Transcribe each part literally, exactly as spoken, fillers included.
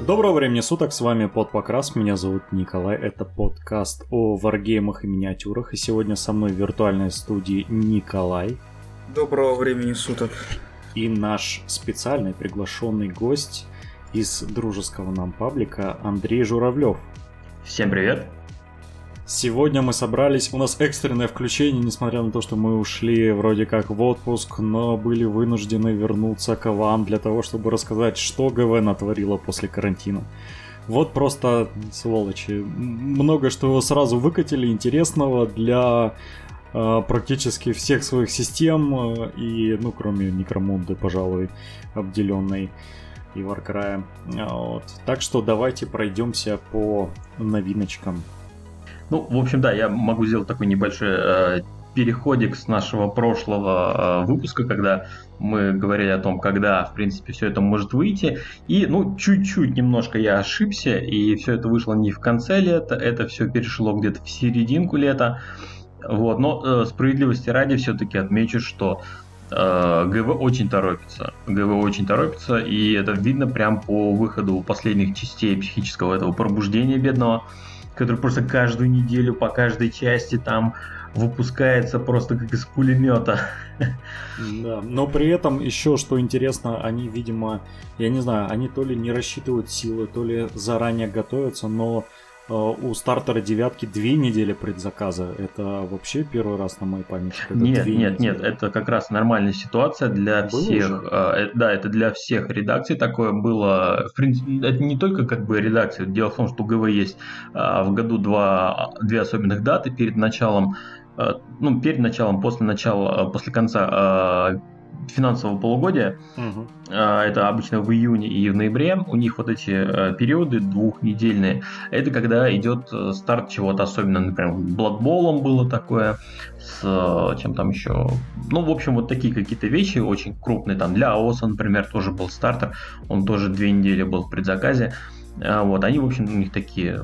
Доброго времени суток, с вами Подпокрас, меня зовут Николай, это подкаст о варгеймах и миниатюрах, и сегодня со мной в виртуальной студии Николай. Доброго времени суток. И наш специальный приглашенный гость из дружеского нам паблика Андрей Журавлев. Всем привет. Сегодня мы собрались, у нас экстренное включение, несмотря на то, что мы ушли вроде как в отпуск, но были вынуждены вернуться к вам для того, чтобы рассказать, что ГВ натворило после карантина. Вот просто, сволочи, много что сразу выкатили интересного для э, практически всех своих систем, э, и, ну, кроме Некромунды, пожалуй, обделенной и Варкрая. Вот. Так что давайте пройдемся по новиночкам. Ну, в общем, да, я могу сделать такой небольшой э, переходик с нашего прошлого э, выпуска, когда мы говорили о том, когда, в принципе, все это может выйти. И, ну, чуть-чуть немножко я ошибся, и все это вышло не в конце лета, это все перешло где-то в серединку лета. Вот, но э, справедливости ради все-таки отмечу, что э, ГВ очень торопится. ГВ очень торопится, и это видно прям по выходу последних частей психического этого пробуждения бедного, который просто каждую неделю по каждой части там выпускается просто как из пулемета. Да, но при этом еще, что интересно, они, видимо, я не знаю, они то ли не рассчитывают силы, то ли заранее готовятся, но э, у стартера девятки две недели предзаказа. Это вообще первый раз на моей памяти. Нет, нет, нет, это как раз нормальная ситуация для было всех. Э, да, это для всех редакций такое было. В принципе, это не только как бы редакции. Дело в том, что у ГВ есть э, в году два, две особенных даты перед началом, э, ну, перед началом, после начала, э, после конца э, финансового полугодия. Угу. Это обычно в июне и в ноябре. У них вот эти периоды двухнедельные. Это когда идет старт чего-то особенного. Например, Blood Bowl'ом было такое. С чем там еще. Ну, в общем, вот такие какие-то вещи очень крупные. Там для АОСа, например, тоже был стартер. Он тоже две недели был в предзаказе. Вот. Они, в общем, у них такие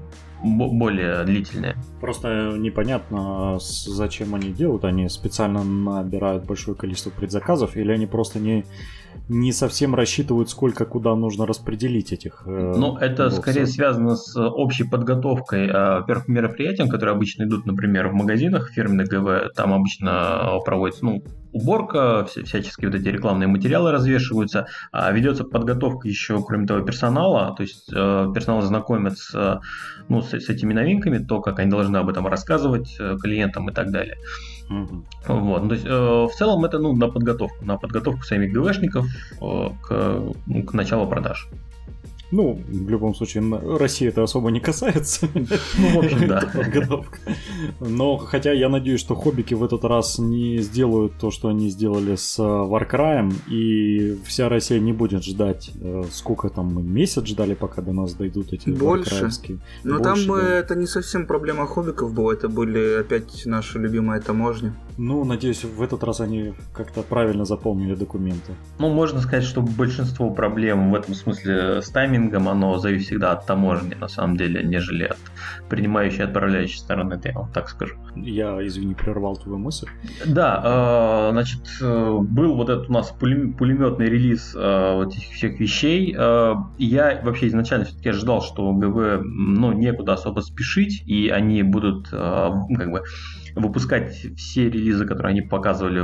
более длительные. Просто непонятно, зачем они делают. Они специально набирают большое количество предзаказов, или они просто не, не совсем рассчитывают, сколько куда нужно распределить этих. Э, ну, это боксов. Скорее связано с общей подготовкой, э, во-первых, мероприятиям, которые обычно идут, например, в магазинах фирменных ГВ. Там обычно проводится, ну, уборка, вся, всяческие вот эти рекламные материалы развешиваются, а ведется подготовка еще, кроме того, персонала, то есть э, персонал знакомит с, ну, с, с этими новинками, то, как они должны об этом рассказывать э, клиентам и так далее. Mm-hmm. Вот, то есть э, в целом это, ну, на подготовку, на подготовку самих ГВшников э, к, ну, к началу продаж. Ну, в любом случае, России это особо не касается. Ну, в общем, да. Подготовка. Но, хотя я надеюсь, что хоббики в этот раз не сделают то, что они сделали с Warcry'ем, и вся Россия не будет ждать, сколько там мы месяц ждали, пока до нас дойдут эти Warcry'евские. Но там да. Это не совсем проблема хоббиков была, это были опять наши любимые таможни. Ну, надеюсь, в этот раз они как-то правильно заполнили документы. Ну, можно сказать, что большинство проблем в этом смысле с таймингом, оно зависит всегда от таможни, на самом деле, нежели от принимающей и отправляющей стороны, это я вам так скажу. Я, извини, прервал твою мысль. Да, э, значит, был вот этот у нас пулеметный релиз э, вот этих всех вещей. Э, я вообще изначально все-таки ожидал, что ГВ, ну, некуда особо спешить, и они будут, э, как бы, выпускать все релизы, которые они показывали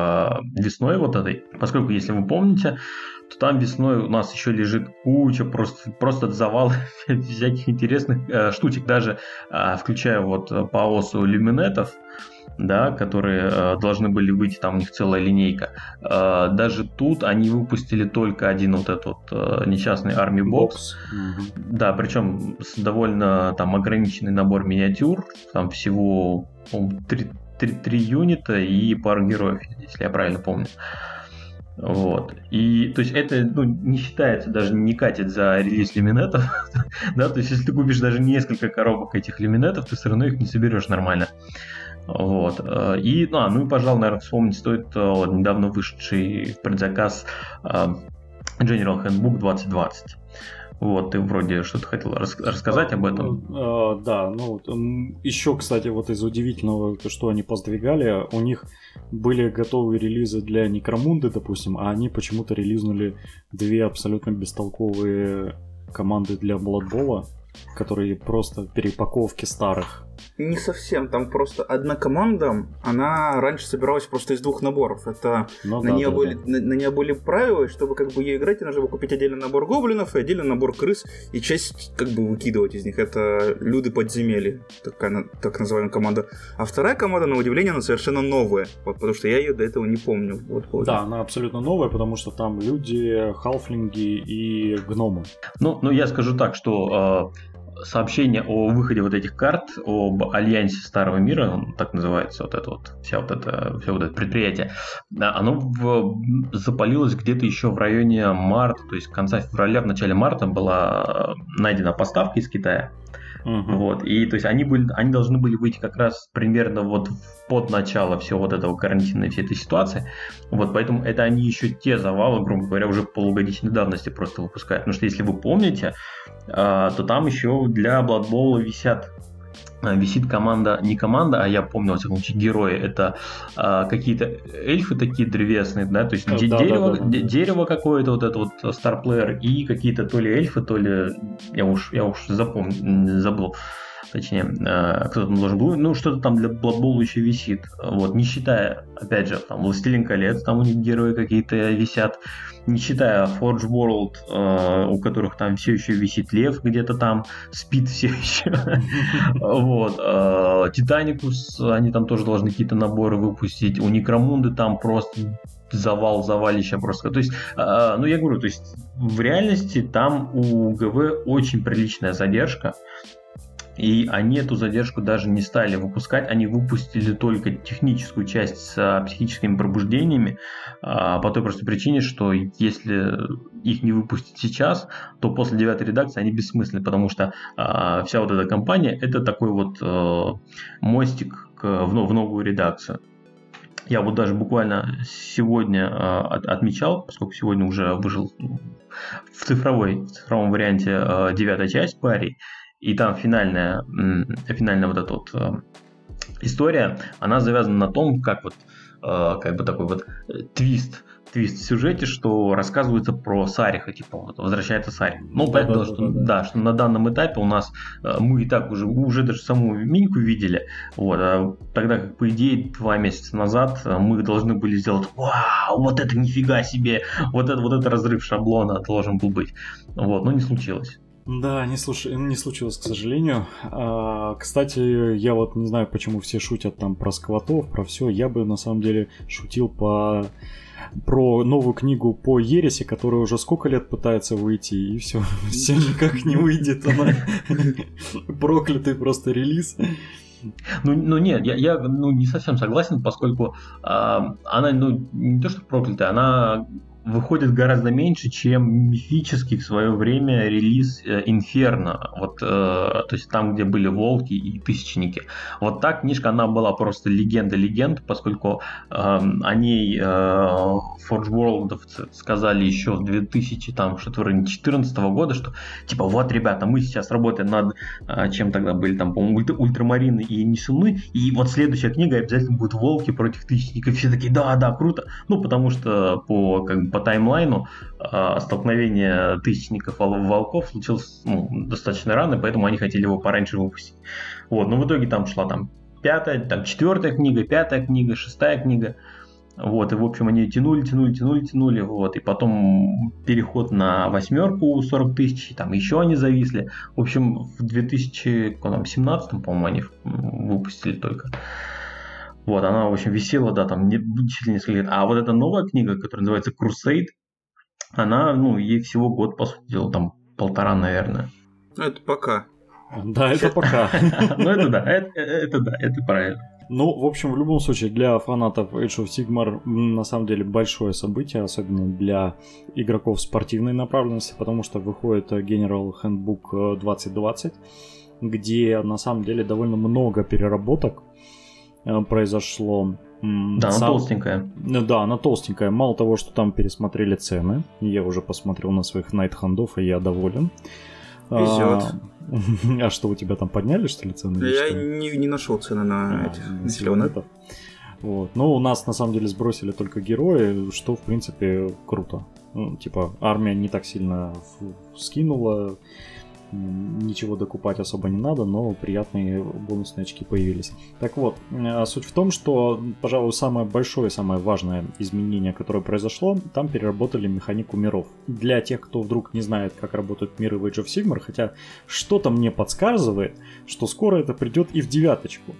в весной вот этой. Поскольку, если вы помните, то там весной у нас еще лежит куча просто, просто завал всяких интересных э, штучек, даже э, включая вот по АОСу люминетов, да, которые э, должны были выйти, там у них целая линейка. Э, даже тут они выпустили только один вот этот вот, э, несчастный Army Box. Mm-hmm. Да, причем с довольно там ограниченный набор миниатюр, там всего три юнита и пару героев, если я правильно помню. Вот. И, то есть, это, ну, не считается, даже не катит за релиз люминетов. Да, то есть, если ты купишь даже несколько коробок этих люминетов, ты все равно их не соберешь нормально. Вот. И, ну, а, ну и, пожалуй, наверное, вспомнить стоит вот, недавно вышедший в предзаказ General Handbook двадцать двадцать. Вот, ты вроде что-то хотел рас- рассказать об этом. А, да, ну, еще, кстати, вот из удивительного, что они поздвигали, у них были готовые релизы для Некромунды, допустим, а они почему-то релизнули две абсолютно бестолковые команды для Blood Bowl, которые просто перепаковки старых. Не совсем, там просто одна команда, она раньше собиралась просто из двух наборов. Это ну, на, да, нее да, были, да. На, на нее были правила, чтобы как бы ее играть, нужно было купить отдельно набор гоблинов и отдельно набор крыс, и часть как бы выкидывать из них. Это Люды подземелья, такая, так называемая команда. А вторая команда, на удивление, она совершенно новая, вот, потому что я ее до этого не помню. Вот, вот. Да, она абсолютно новая, потому что там люди, халфлинги и гномы. Ну, ну я скажу так, что... Э... Сообщение о выходе вот этих карт, об альянсе Старого Мира, так называется вот это вот, вся вот это, все вот это предприятие, оно в, запалилось где-то еще в районе марта, то есть конца февраля, в начале марта была найдена поставка из Китая. Uh-huh. Вот, и то есть они, были, они должны были выйти как раз примерно вот под начало всего вот этого карантина, всей этой ситуации. Вот, поэтому это они еще те завалы, грубо говоря, уже полугодичной давности просто выпускают. Потому что если вы помните, то там еще для Blood Bowl висят висит команда, не команда, а я помню, во всяком случае, герои, это а, какие-то эльфы такие древесные, да, то есть да, дерево, да, да, да. дерево какое-то, вот это вот старплеер, и какие-то то ли эльфы, то ли, я уж, я уж запомнил, забыл, точнее, кто там должен был, ну, что-то там для Blood Bowl еще висит, вот, не считая, опять же, там, Властелин колец, там у них герои какие-то висят, не считая Forge World, э, у которых там все еще висит лев, где-то там спит все еще. Вот. Титаникус, они там тоже должны какие-то наборы выпустить. У Некромунды там просто завал, завалища просто. То есть, ну я говорю, то есть в реальности там у ГВ очень приличная задержка. И они эту задержку даже не стали выпускать, они выпустили только техническую часть с психическими пробуждениями, по той простой причине, что если их не выпустить сейчас, то после девятой редакции они бессмысленны, потому что вся вот эта кампания — это такой вот мостик в новую редакцию. Я вот даже буквально сегодня отмечал, поскольку сегодня уже вышел в, цифровой, в цифровом варианте девятая часть пари, и там финальная, финальная вот эта вот э, история, она завязана на том, как вот, э, как бы такой вот твист, твист в сюжете, что рассказывается про Сариха, типа вот, возвращается Сарих. Ну, да, понятно, да, что, да, да. Да, что на данном этапе у нас э, мы и так уже, уже даже саму миньку видели, вот, а тогда как, по идее, два месяца назад мы должны были сделать, вау, вот это нифига себе, вот это, вот это разрыв шаблона должен был быть, вот, но не случилось. Да, не, слуш... не случилось, к сожалению. А, кстати, я вот не знаю, почему все шутят там про сквотов, про все. Я бы на самом деле шутил по... про новую книгу по Ереси, которая уже сколько лет пытается выйти, и все, все никак не выйдет. Она проклятый просто релиз. Ну, ну нет, я, я ну, не совсем согласен, поскольку э, она ну, не то что проклятая, она выходит гораздо меньше, чем мифический в свое время релиз э, Инферно, вот, э, то есть там, где были волки и тысячники. Вот та книжка, она была просто легенда легенд, поскольку э, о ней э, Forge World сказали еще в две тысячи четырнадцатого года, что типа вот, ребята, мы сейчас работаем над э, чем тогда были там, по-моему, ультра- ультрамарины и несуны, и вот следующая книга обязательно будет волки против тысячников. Все такие, да, да, круто. Ну, потому что по как бы по таймлайну э, столкновение тысячников и волков случилось ну, достаточно рано, поэтому они хотели его пораньше выпустить. Вот, но в итоге там шла там пятая, там четвертая книга, пятая книга, шестая книга. Вот, и в общем они тянули, тянули, тянули, тянули, вот, и потом переход на восьмерку сорок тысяч, там еще они зависли. В общем, в две тысячи семнадцатом, по-моему, они выпустили только. Вот, она, в общем, висела, да, там, не, чуть ли несколько лет. А вот эта новая книга, которая называется Crusade, она, ну, ей всего год, по сути дела, там, полтора, наверное. Это пока. Да, это пока. Ну, это да, это да, это правильно. Ну, в общем, в любом случае, для фанатов Age of Sigmar на самом деле большое событие, особенно для игроков спортивной направленности, потому что выходит General Handbook двадцать двадцать, где на самом деле довольно много переработок произошло. Да, Сам... она толстенькая. Да, она толстенькая. Мало того, что там пересмотрели цены, я уже посмотрел на своих найт-хандов, и я доволен. Везет. А, а что, у тебя там подняли, что ли, цены? Я не, не нашел цены на а, этих населенных. Вот. Ну, у нас на самом деле сбросили только герои, что в принципе круто. Ну, типа, армия не так сильно скинула, ничего докупать особо не надо, но приятные бонусные очки появились. Так вот, суть в том, что, пожалуй, самое большое, самое важное изменение, которое произошло, там переработали механику миров. Для тех, кто вдруг не знает, как работают миры в Age of Sigmar, хотя что-то мне подсказывает, что скоро это придет и в девяточку.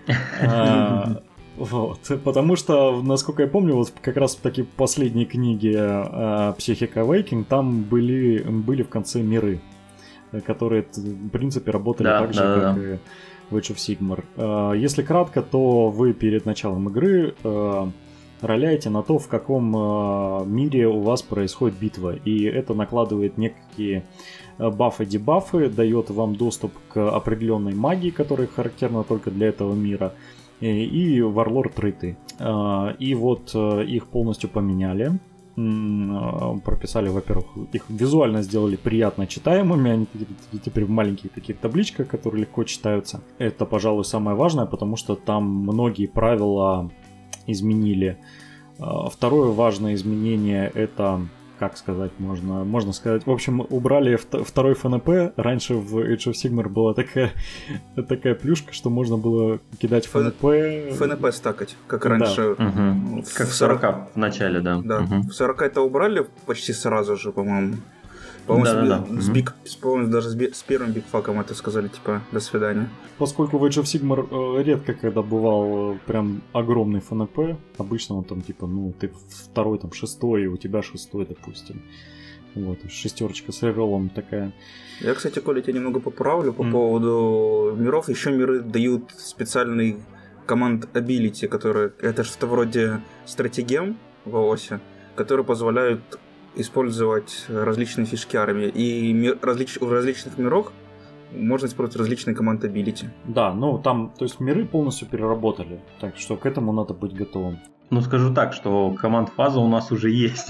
Вот, потому что, насколько я помню, вот как раз в такой последней книге Psychic Awakening там были, были в конце миры, которые, в принципе, работали да, так же, да, как да. и в Age of Sigmar. Если кратко, то вы перед началом игры роляете на то, в каком мире у вас происходит битва, и это накладывает некие бафы-дебафы, дает вам доступ к определенной магии, которая характерна только для этого мира, и Warlord трейты. И вот их полностью поменяли. Прописали, во-первых, их визуально сделали приятно читаемыми, они теперь в маленьких таких табличках, которые легко читаются. Это, пожалуй, самое важное, потому что там многие правила изменили. Второе важное изменение — это, как сказать, можно, можно сказать, в общем, убрали второй эф эн пэ. Раньше в Age of Sigmar была такая, такая плюшка, что можно было кидать эф эн пэ. эф эн пэ стакать, как раньше. Да. Угу. В как в сорока в начале, да. Да, угу. В сорока это убрали почти сразу же, по-моему. По-моему, да, с, да, с, да. биг, по-моему, даже с, с первым бигфаком это сказали, типа, до свидания. Поскольку в Age of Sigmar редко когда бывал прям огромный эф эн пэ, обычно он там типа, ну, ты второй, там, шестой, и у тебя шестой, допустим. Вот, шестерочка с реролом такая. Я, кстати, Коля, тебя немного поправлю по mm. поводу миров. Еще миры дают специальный команд ability, которые, это что-то вроде стратегем в ООСе, которые позволяют использовать различные фишки армии. И ми- различ- в различных мирах можно использовать различные команды ability. Да, ну там, то есть миры полностью переработали, так что к этому надо быть готовым. Ну, скажу так, что команд-фаза у нас уже есть.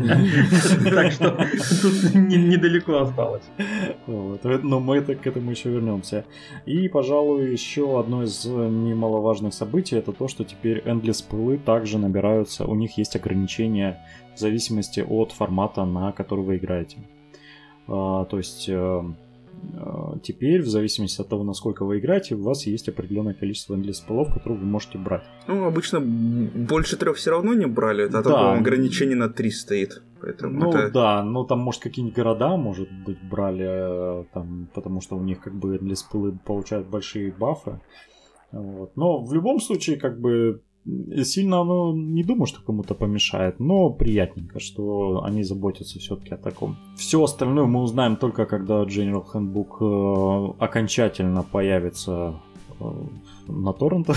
Так что тут недалеко осталось. Но мы к этому еще вернемся. И, пожалуй, еще одно из немаловажных событий — это то, что теперь Endless пылы также набираются. У них есть ограничения в зависимости от формата, на который вы играете. То есть теперь, в зависимости от того, насколько вы играете, у вас есть определенное количество Endless пылов, которые вы можете брать. Ну, обычно больше трех все равно не брали, а там, да. ограничение на три стоит. Поэтому ну это... да, но там, может, какие-нибудь города, может быть, брали, там, потому что у них как бы Endless пылы получают большие бафы. Вот. Но в любом случае, как бы, сильно оно, не думаю, что кому-то помешает, но приятненько, что они заботятся все-таки о таком. Все остальное мы узнаем только когда General Handbook э, окончательно появится э, на торрентах,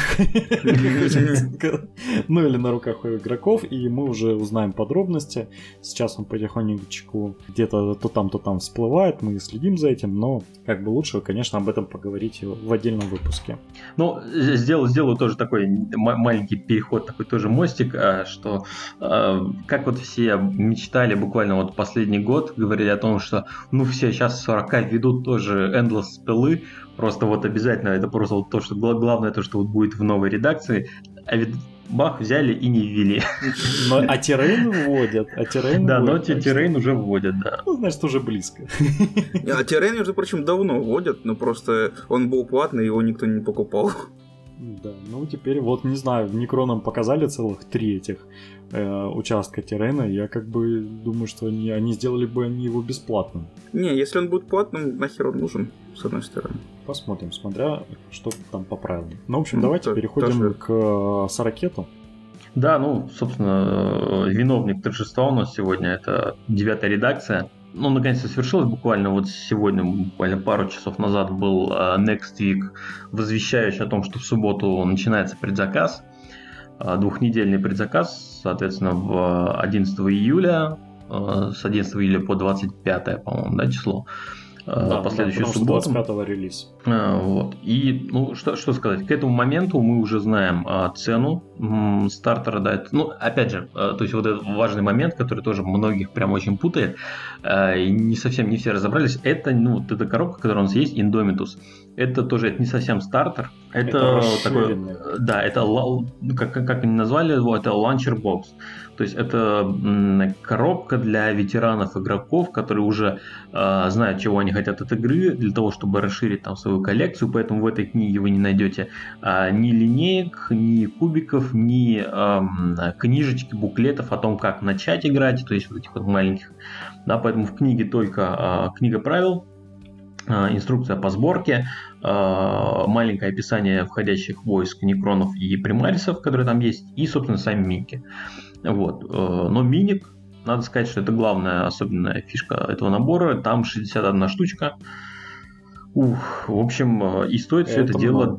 ну или на руках у игроков, и мы уже узнаем подробности. Сейчас он потихонечку где-то то там, то там всплывает, мы следим за этим, но как бы лучше, конечно, об этом поговорить в отдельном выпуске. Ну, сделаю, сделаю тоже такой маленький переход, такой тоже мостик, что как вот все мечтали буквально вот последний год, говорили о том, что ну все сейчас сорока ведут тоже Endless пылы, просто вот обязательно, это просто вот то, что главное, то, что вот будет в новой редакции, а ведь бах, взяли и не ввели. Но, а террейн вводят. А террейн да, вводят, но террейн уже вводят, да. Ну, значит, уже близко. А террейн, между прочим, давно вводят, но просто он был платный, его никто не покупал. Да, ну теперь вот, не знаю, в Некроном показали целых три этих э, участка террейна. Я как бы думаю, что они, они сделали бы они его бесплатным. Не, если он будет платным, нахер он нужен, с одной стороны. Посмотрим, смотря что там по правилам. Ну, в общем, ну, давайте то, переходим тоже... к Сорокету. Да, ну, собственно, виновник торжества у нас сегодня это девятая редакция. Ну, наконец-то свершилось буквально вот сегодня, буквально пару часов назад был Next Week, возвещающий о том, что в субботу начинается предзаказ, двухнедельный предзаказ, соответственно, в одиннадцатого июля, с одиннадцатого июля по двадцать пятое, по-моему, да, число. да, по следующую да, субботу. двадцать пятого релиз. А, вот. И, ну, что, что сказать, к этому моменту мы уже знаем а, цену м, стартера, да, это, ну, опять же, а, то есть вот этот важный момент, который тоже многих прям очень путает, а, и не совсем не все разобрались, это, ну, вот эта коробка, которая у нас есть, Indomitus, это тоже это не совсем стартер, это, это такой, да, это, как, как они назвали его, это launcher box, то есть это м, коробка для ветеранов игроков, которые уже а, знают, чего они хотят от игры, для того, чтобы расширить там свою коллекцию, поэтому в этой книге вы не найдете а, ни линеек, ни кубиков, ни а, книжечки, буклетов о том, как начать играть, то есть вот этих вот маленьких, да, поэтому в книге только а, книга правил, а, инструкция по сборке, а, маленькое описание входящих войск, некронов и примарисов, которые там есть, и, собственно, сами миники. Вот. Но миник, надо сказать, что это главная особенная фишка этого набора, там шестьдесят одна штучка. Ух, в общем, и стоит все это, это дело,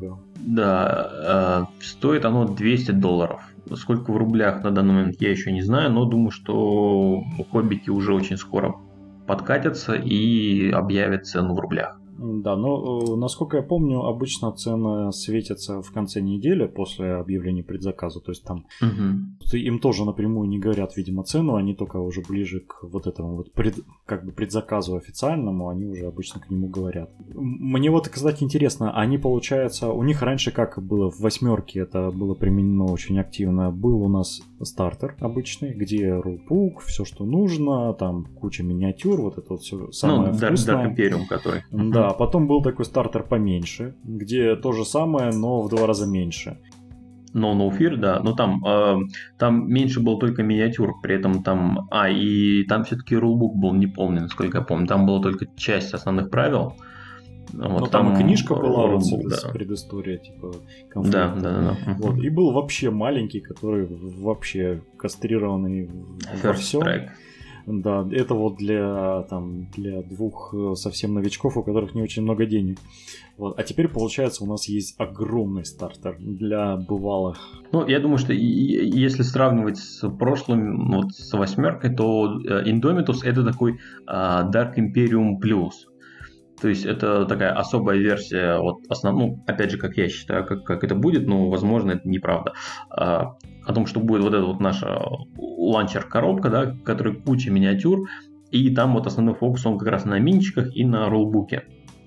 да, э, стоит оно двести долларов. Сколько в рублях на данный момент я еще не знаю, но думаю, что хоббики уже очень скоро подкатятся и объявят цену в рублях. Да, но насколько я помню, обычно цены светятся в конце недели после объявления предзаказа, то есть там угу. им тоже напрямую не говорят, видимо, цену, они только уже ближе к вот этому вот пред, как бы предзаказу официальному, они уже обычно к нему говорят. Мне вот, кстати, интересно, они, получается, у них раньше как было в восьмерке, это было применено очень активно, был у нас стартер обычный, где рулбук, все, что нужно, там куча миниатюр, вот это вот все самое ну, вкусное. Dark Imperium, который. Да. А потом был такой стартер поменьше, где то же самое, но в два раза меньше. No No Fear, да, но там, э, там меньше было только миниатюр, при этом там, а, и там все-таки рулбук был неполный, насколько я помню, там была только часть основных правил. Вот, но там, там книжка была рулбук, вот, да. Предыстория, типа, конфликта. Да, да, да. Вот, и был вообще маленький, который вообще кастрированный во всем. Strike. Да, это вот для, там, для двух совсем новичков, у которых не очень много денег. Вот. А теперь, получается, у нас есть огромный стартер для бывалых. Ну, я думаю, что и, и, если сравнивать с прошлым, вот с восьмеркой, то Indomitus это такой uh, Dark Imperium Plus. То есть это такая особая версия, вот основ... ну, опять же, как я считаю, как, как это будет, но, возможно, это неправда. А, о том, что будет вот эта вот наша ланчер-коробка, да, в которой куча миниатюр, и там вот основной фокус, он как раз на минчиках и на рулбуке.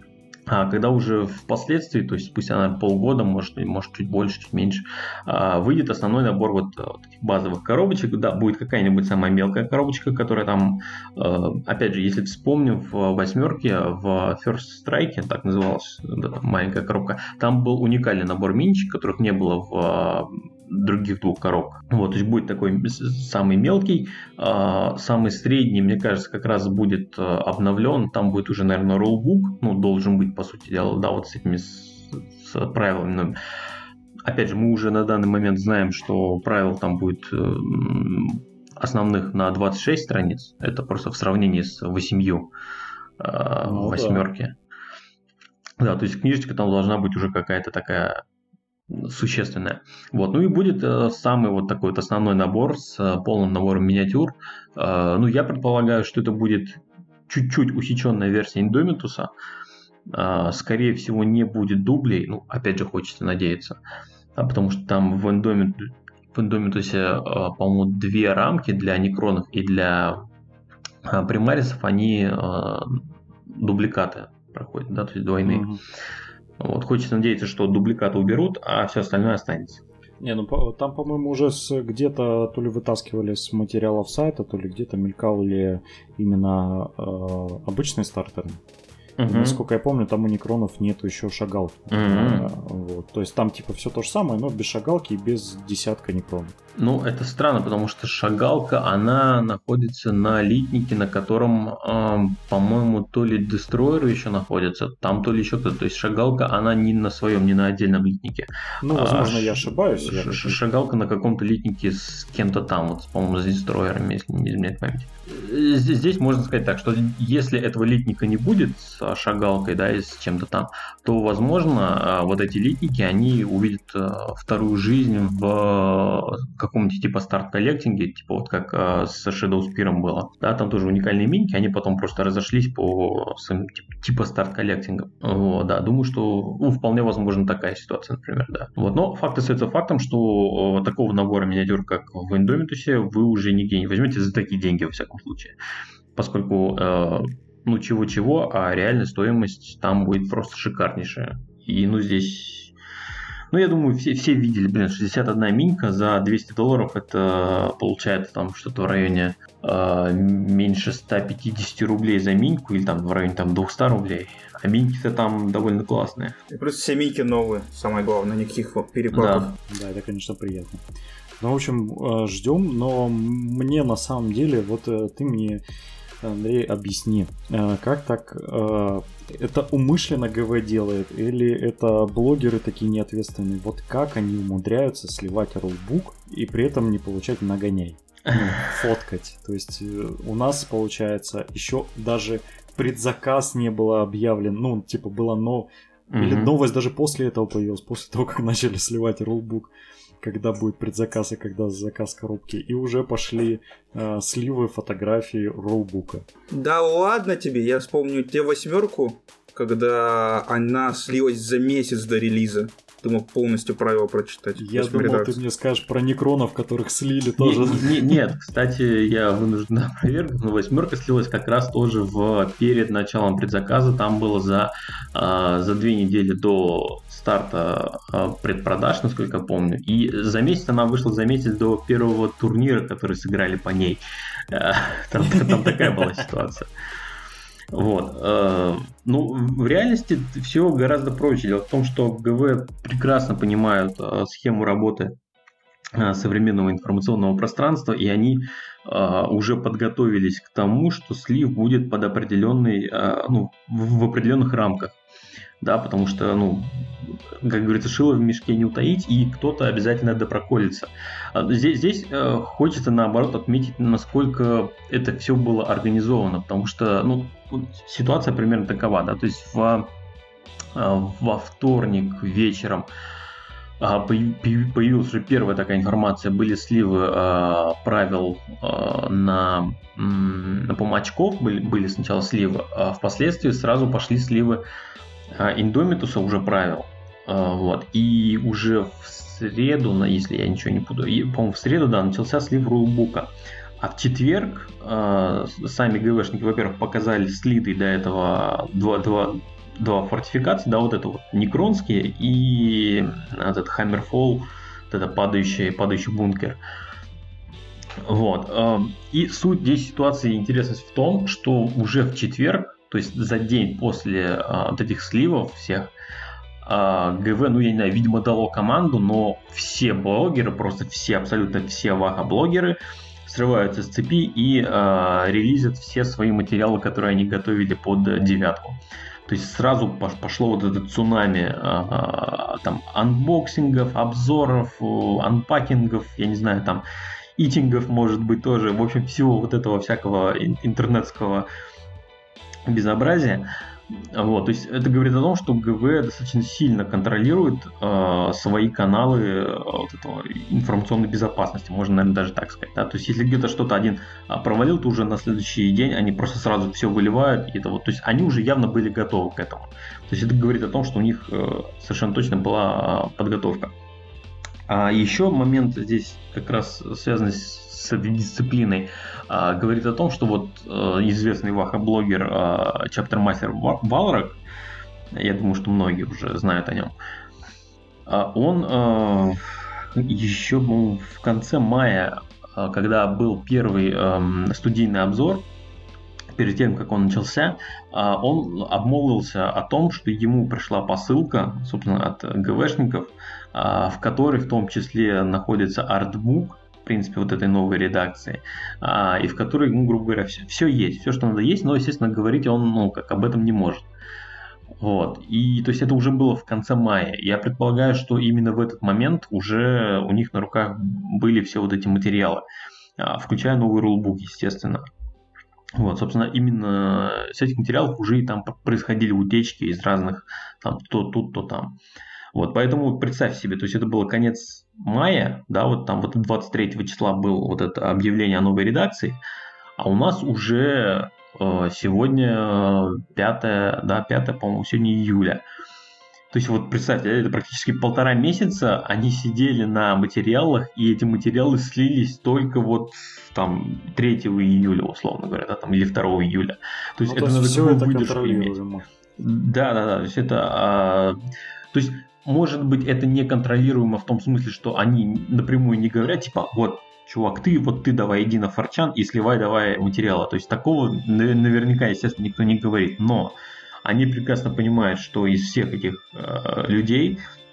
А когда уже впоследствии, то есть спустя, наверное, полгода, может, может чуть больше, чуть меньше, выйдет основной набор вот, вот этих базовых коробочек, да, будет какая-нибудь самая мелкая коробочка, которая там, опять же, если вспомним, в восьмерке, в First Strike, так называлась да, маленькая коробка, там был уникальный набор миничек, которых не было в других двух коробках. Вот, то есть будет такой самый мелкий, э, самый средний, мне кажется, как раз будет э, обновлен. Там будет уже, наверное, рулбук, ну, должен быть, по сути дела, да, вот с этими с, с правилами. Но, опять же, мы уже на данный момент знаем, что правил там будет э, основных на двадцать шесть страниц. Это просто в сравнении с восемью э, ну, восьмерки. Да. да, то есть книжечка там должна быть уже какая-то такая существенная. Вот. Ну и будет э, самый вот такой вот основной набор с э, полным набором миниатюр. Э, ну, я предполагаю, что это будет чуть-чуть усеченная версия Indomitus. Э, скорее всего, не будет дублей. Ну, опять же, хочется надеяться. А потому что там в Indomitus, в Indomitus э, по-моему, две рамки для некронов и для э, примарисов, они э, дубликаты проходят, да, то есть двойные. Mm-hmm. Вот, хочется надеяться, что дубликаты уберут, а все остальное останется. Не, ну там, по-моему, уже с, где-то то ли вытаскивали с материалов сайта, то ли где-то мелькали именно э, обычные стартеры. Uh-huh. Насколько я помню, там у некронов нету еще шагалки. Uh-huh. Вот. То есть там типа все то же самое, но без шагалки и без десятка некронов. Ну, это странно, потому что шагалка, она находится на литнике, на котором, э, по-моему, то ли дестройеры еще находятся, там то ли еще кто-то. То есть шагалка, она не на своем, не на отдельном литнике. Ну, возможно, а, я ошибаюсь. Ш- я шагалка на каком-то литнике с кем-то там, вот, по-моему, с дестройерами, если не изменяет память. Здесь можно сказать так, что если этого литника не будет с шагалкой, да, и с чем-то там, то, возможно, вот эти литники, они увидят вторую жизнь в каком-нибудь типа старт-коллектинге, типа вот как с Shadow Spear было. Да, там тоже уникальные миники, они потом просто разошлись по своим типа, типа старт-коллектинга. Вот, да, думаю, что ну, вполне возможно такая ситуация, например, да. Вот, но факт остается фактом, что такого набора миниатюр, как в Индомитусе, вы уже нигде не возьмете за такие деньги, во всяком случае. Поскольку, э, ну, чего-чего, а реальная стоимость там будет просто шикарнейшая. И, ну, здесь... Ну, я думаю, все, все видели, блин, шестьдесят одна минька за двести долларов, это получается там что-то в районе э, меньше ста пятидесяти рублей за миньку, или там в районе там двухсот рублей. А миньки-то там довольно классные. И плюс все миньки новые, самое главное, никаких перепаков. Да, да, это, конечно, приятно. Ну, в общем, ждем, но мне на самом деле, вот ты мне, Андрей, объясни, как так... Это умышленно ГВ делает, или это блогеры такие неответственные? Вот как они умудряются сливать роллбук и при этом не получать нагоняй? Ну, фоткать. То есть у нас, получается, еще даже предзаказ не было объявлен. Ну, типа, было но... Mm-hmm. Или новость даже после этого появилась, после того, как начали сливать роллбук. Когда будет предзаказ и когда заказ коробки. И уже пошли э, сливы фотографий роллбука. Да ладно тебе, я вспомню те восьмерку, когда она слилась за месяц до релиза. Думал полностью правила прочитать. Я думал, редакции. Ты мне скажешь про некронов, которых слили тоже. Не, не, нет, кстати, я вынужден опровергнуть, но восьмерка слилась как раз тоже в, перед началом предзаказа. Там было за, а, за две недели до старта а, предпродаж, насколько я помню. И за месяц она вышла за месяц до первого турнира, который сыграли по ней. Там, там такая была ситуация. Вот. Ну, в реальности все гораздо проще. Дело в том, что ГВ прекрасно понимают схему работы современного информационного пространства, и они уже подготовились к тому, что слив будет под определенный, ну, в определенных рамках. Да, потому что, ну, как говорится, шило в мешке не утаить, и кто-то обязательно допроколется. Здесь, здесь э, хочется, наоборот, отметить, насколько это все было организовано, потому что, ну, ситуация примерно такова, да, то есть в, э, во вторник вечером э, появилась уже первая такая информация, были сливы э, правил э, на, на помочков, были, были сначала сливы, а впоследствии сразу пошли сливы Индомитуса уже правил. Вот. И уже в среду, если я ничего не буду, по-моему, в среду, да, начался слив рулбука. А в четверг э, сами ГВшники, во-первых, показали слитые до этого два, два, два фортификации, да, вот это вот Некронские и этот Hammerfall, вот это падающий, падающий бункер. Вот. И суть здесь ситуации, интересность в том, что уже в четверг, то есть за день после а, вот этих сливов всех, а, ГВ, ну я не знаю, видимо дало команду, но все блогеры, просто все, абсолютно все ваха-блогеры срываются с цепи и а, релизят все свои материалы, которые они готовили под девятку. То есть сразу пошло вот это цунами а, там анбоксингов, обзоров, анпакингов, я не знаю, там итингов, может быть, тоже, в общем, всего вот этого всякого интернетского безобразие. Вот, то есть это говорит о том, что ГВ достаточно сильно контролирует э, свои каналы э, вот этого, информационной безопасности, можно, наверное, даже так сказать. Да? То есть если где-то что-то один провалил, то уже на следующий день они просто сразу все выливают. И это вот, то есть они уже явно были готовы к этому. То есть это говорит о том, что у них э, совершенно точно была э, подготовка. А еще момент здесь как раз связанный с с этой дисциплиной, а, говорит о том, что вот а, известный ваха-блогер а, Chaptermaster Valrak, я думаю, что многие уже знают о нем, а, он а, еще ну, в конце мая, а, когда был первый а, студийный обзор, перед тем, как он начался, а, он обмолвился о том, что ему пришла посылка, собственно, от ГВшников, а, в которой в том числе находится артбук, в принципе, вот этой новой редакции, а, и в которой, ну, грубо говоря, все, все есть, все, что надо есть, но, естественно, говорить он, ну, как об этом не может. Вот. И, то есть, это уже было в конце мая. Я предполагаю, что именно в этот момент уже у них на руках были все вот эти материалы, а, включая новый рулбук, естественно. Вот, собственно, именно с этих материалов уже и там происходили утечки из разных, там, то тут, то там. Вот, поэтому представь себе, то есть это было конец мая, да, вот там вот двадцать третьего числа было вот это объявление о новой редакции, а у нас уже Сегодня пятое, да, пятое, по-моему, сегодня июля. То есть вот представьте, это практически полтора месяца они сидели на материалах, и эти материалы слились только вот там третьего июля, условно говоря, да, там, или второго июля. То есть ну, это то есть надо все какую это выдержку иметь. Да, да, да. То есть это, а, то есть может быть это неконтролируемо в том смысле, что они напрямую не говорят типа вот. Чувак, ты вот ты давай иди на форчан и сливай давай материала. То есть такого наверняка, естественно, никто не говорит. Но они прекрасно понимают, что из всех этих э, людей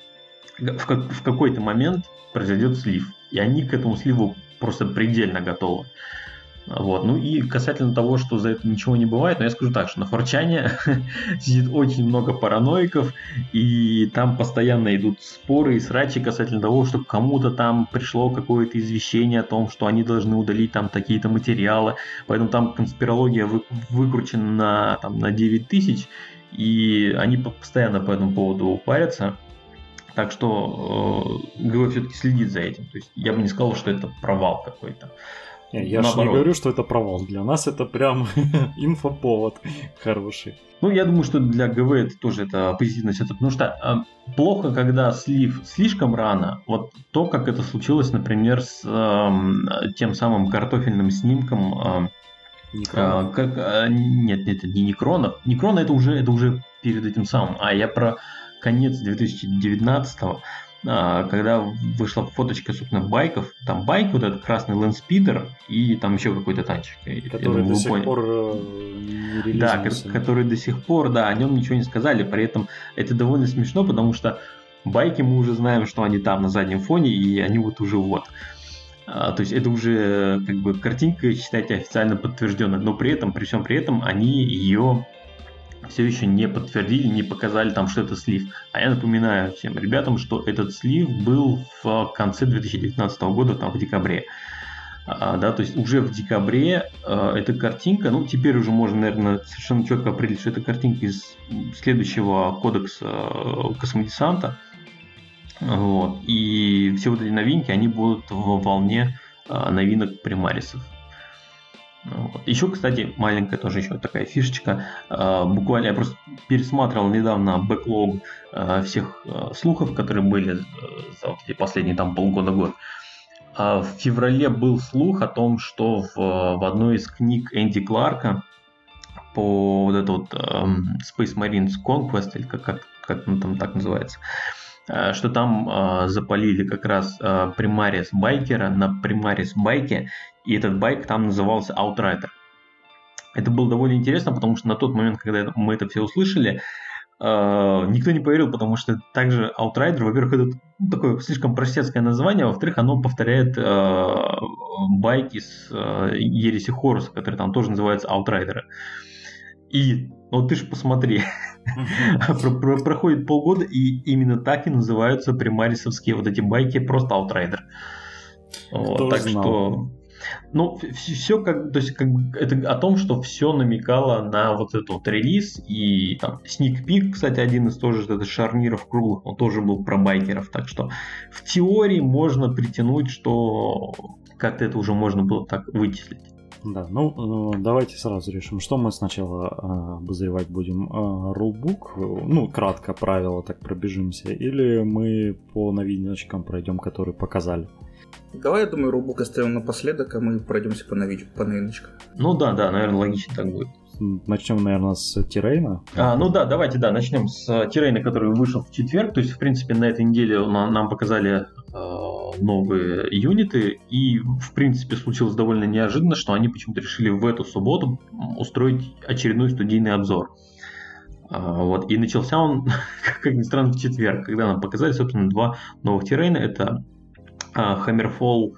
в, как, в какой-то момент произойдет слив. И они к этому сливу просто предельно готовы. Вот. Ну и касательно того, что за это ничего не бывает, но я скажу так, что на форчане сидит очень много параноиков, и там постоянно идут споры и срачи касательно того, что кому-то там пришло какое-то извещение о том, что они должны удалить там такие-то материалы, поэтому там конспирология вы, выкручена на, там, на девять тысяч, и они постоянно по этому поводу парятся. Так что э, ГВ все-таки следит за этим. То есть я бы не сказал, что это провал какой-то. Я же не говорю, что это провал. Для нас это прям инфоповод хороший. Ну, я думаю, что для ГВ это тоже это позитивная ситуация. Потому что э, плохо, когда слив слишком рано. Вот то, как это случилось, например, с э, тем самым картофельным снимком. Э, э, как, э, нет, нет, не Некронов. Некрон это уже, это уже перед этим самым. А я про конец две тысячи девятнадцатого. Когда вышла фоточка, собственно, байков, там байк, вот этот красный лэндспидер и там еще какой-то танчик. Который думаю, до сих поняли. пор не релизнулся. Да, который до сих пор, да, о нем ничего не сказали. При этом это довольно смешно, потому что байки мы уже знаем, что они там на заднем фоне, и они вот уже вот. А, то есть это уже как бы картинка, считайте, официально подтвержденная, но при этом, при всем при этом, они ее все еще не подтвердили, не показали там, что это слив. А я напоминаю всем ребятам, что этот слив был в конце две тысячи девятнадцатого года, там в декабре. А, да, то есть уже в декабре а, эта картинка, ну теперь уже можно, наверное, совершенно четко определить, что это картинка из следующего кодекса космодесанта. Вот. И все вот эти новинки, они будут в волне а, новинок примарисов. Вот. Еще, кстати, маленькая тоже еще такая фишечка. Uh, буквально я просто пересматривал недавно бэклог uh, всех uh, слухов, которые были uh, за вот эти последние там полгода-год. Uh, в феврале был слух о том, что в, в одной из книг Энди Кларка по вот это вот um, Space Marines Conquest, или как, как, как он там так называется, uh, что там uh, запалили как раз uh, примарис байкера на примарис байке. И этот байк там назывался Outrider. Это было довольно интересно, потому что на тот момент, когда мы это все услышали, э, никто не поверил, потому что также Outrider, во-первых, это такое слишком простецкое название, во-вторых, оно повторяет э, байк из э, Ереси Хоруса, который там тоже называется Outrider. И, ну ты же посмотри, проходит полгода, и именно так и называются примарисовские вот эти байки, просто Outrider. Так что... Ну, все как, то есть, как это о том, что все намекало на вот этот вот релиз, и там Sneak Peek, кстати, один из тоже это шарниров круглых, он тоже был про байкеров, так что в теории можно притянуть, что как-то это уже можно было так вычислить. Да, ну давайте сразу решим, что мы сначала обозревать будем, рулбук, ну кратко правила так пробежимся, или мы по новиночкам пройдем, которые показали. Давай, я думаю, рулбук оставим напоследок, а мы пройдемся по, нович- по новиночкам. Ну да, да, наверное, логично так будет. Начнем, наверное, с Тирейна. А, ну да, давайте, да, начнем с Тирейна, который вышел в четверг. То есть, в принципе, на этой неделе нам показали э, новые юниты. И, в принципе, случилось довольно неожиданно, что они почему-то решили в эту субботу устроить очередной студийный обзор. А, вот. И начался он, как ни странно, в четверг, когда нам показали, собственно, два новых Тирейна. Это Hammerfall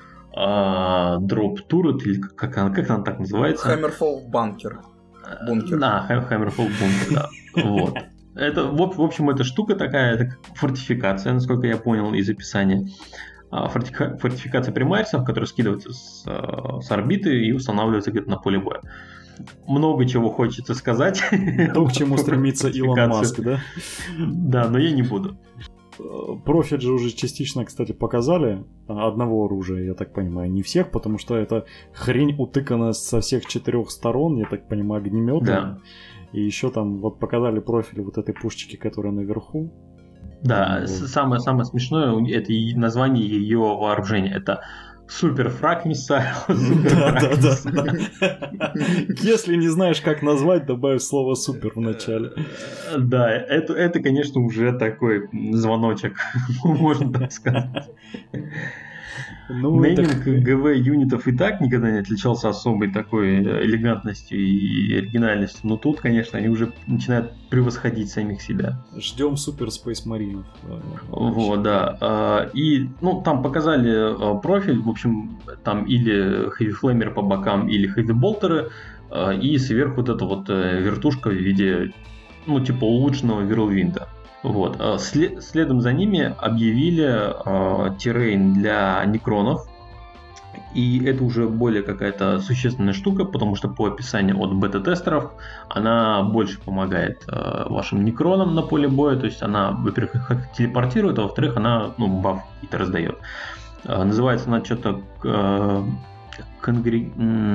uh, Drop Turret, или как она, как она так называется? Hammerfall Bunker. Бункер. Да, Hammerfall Bunker, да. Вот. Это, в общем, эта штука такая, это фортификация, насколько я понял из описания. Фортифика- фортификация примарисов, которая скидывается с, с орбиты и устанавливается где-то на поле боя. Много чего хочется сказать. То, к чему стремится Илон Маск, да? Да, но я не буду. профиль же уже частично, кстати, показали одного оружия, я так понимаю, не всех, потому что эта хрень утыкана со всех четырех сторон, я так понимаю, огнеметом. Да. И еще там вот показали профиль вот этой пушечки, которая наверху. Да, вот. самое, самое смешное, это название ее вооружения, это Суперфраг миссайл. Да, да, да. Если не знаешь, как назвать, добавь слово супер в начале. Да, это, это, конечно, уже такой звоночек, можно так сказать. Ну, Нейминг так... ГВ-юнитов и так никогда не отличался особой такой элегантностью и оригинальностью, но тут, конечно, они уже начинают превосходить самих себя. Ждем супер Space Marine. Вот, да. И, ну, там показали профиль, в общем, там или Heavy Flamer по бокам, или Heavy Bolter, и сверху вот эта вот вертушка в виде, ну, типа улучшенного Whirlwind. Вот. След, следом за ними объявили э, террейн для некронов. И это уже более какая-то существенная штука, потому что по описанию от бета-тестеров она больше помогает э, вашим некронам на поле боя. То есть она, во-первых, их телепортирует, а во-вторых, она, ну, баф какие-то раздает. Э, называется она что-то э, конгри...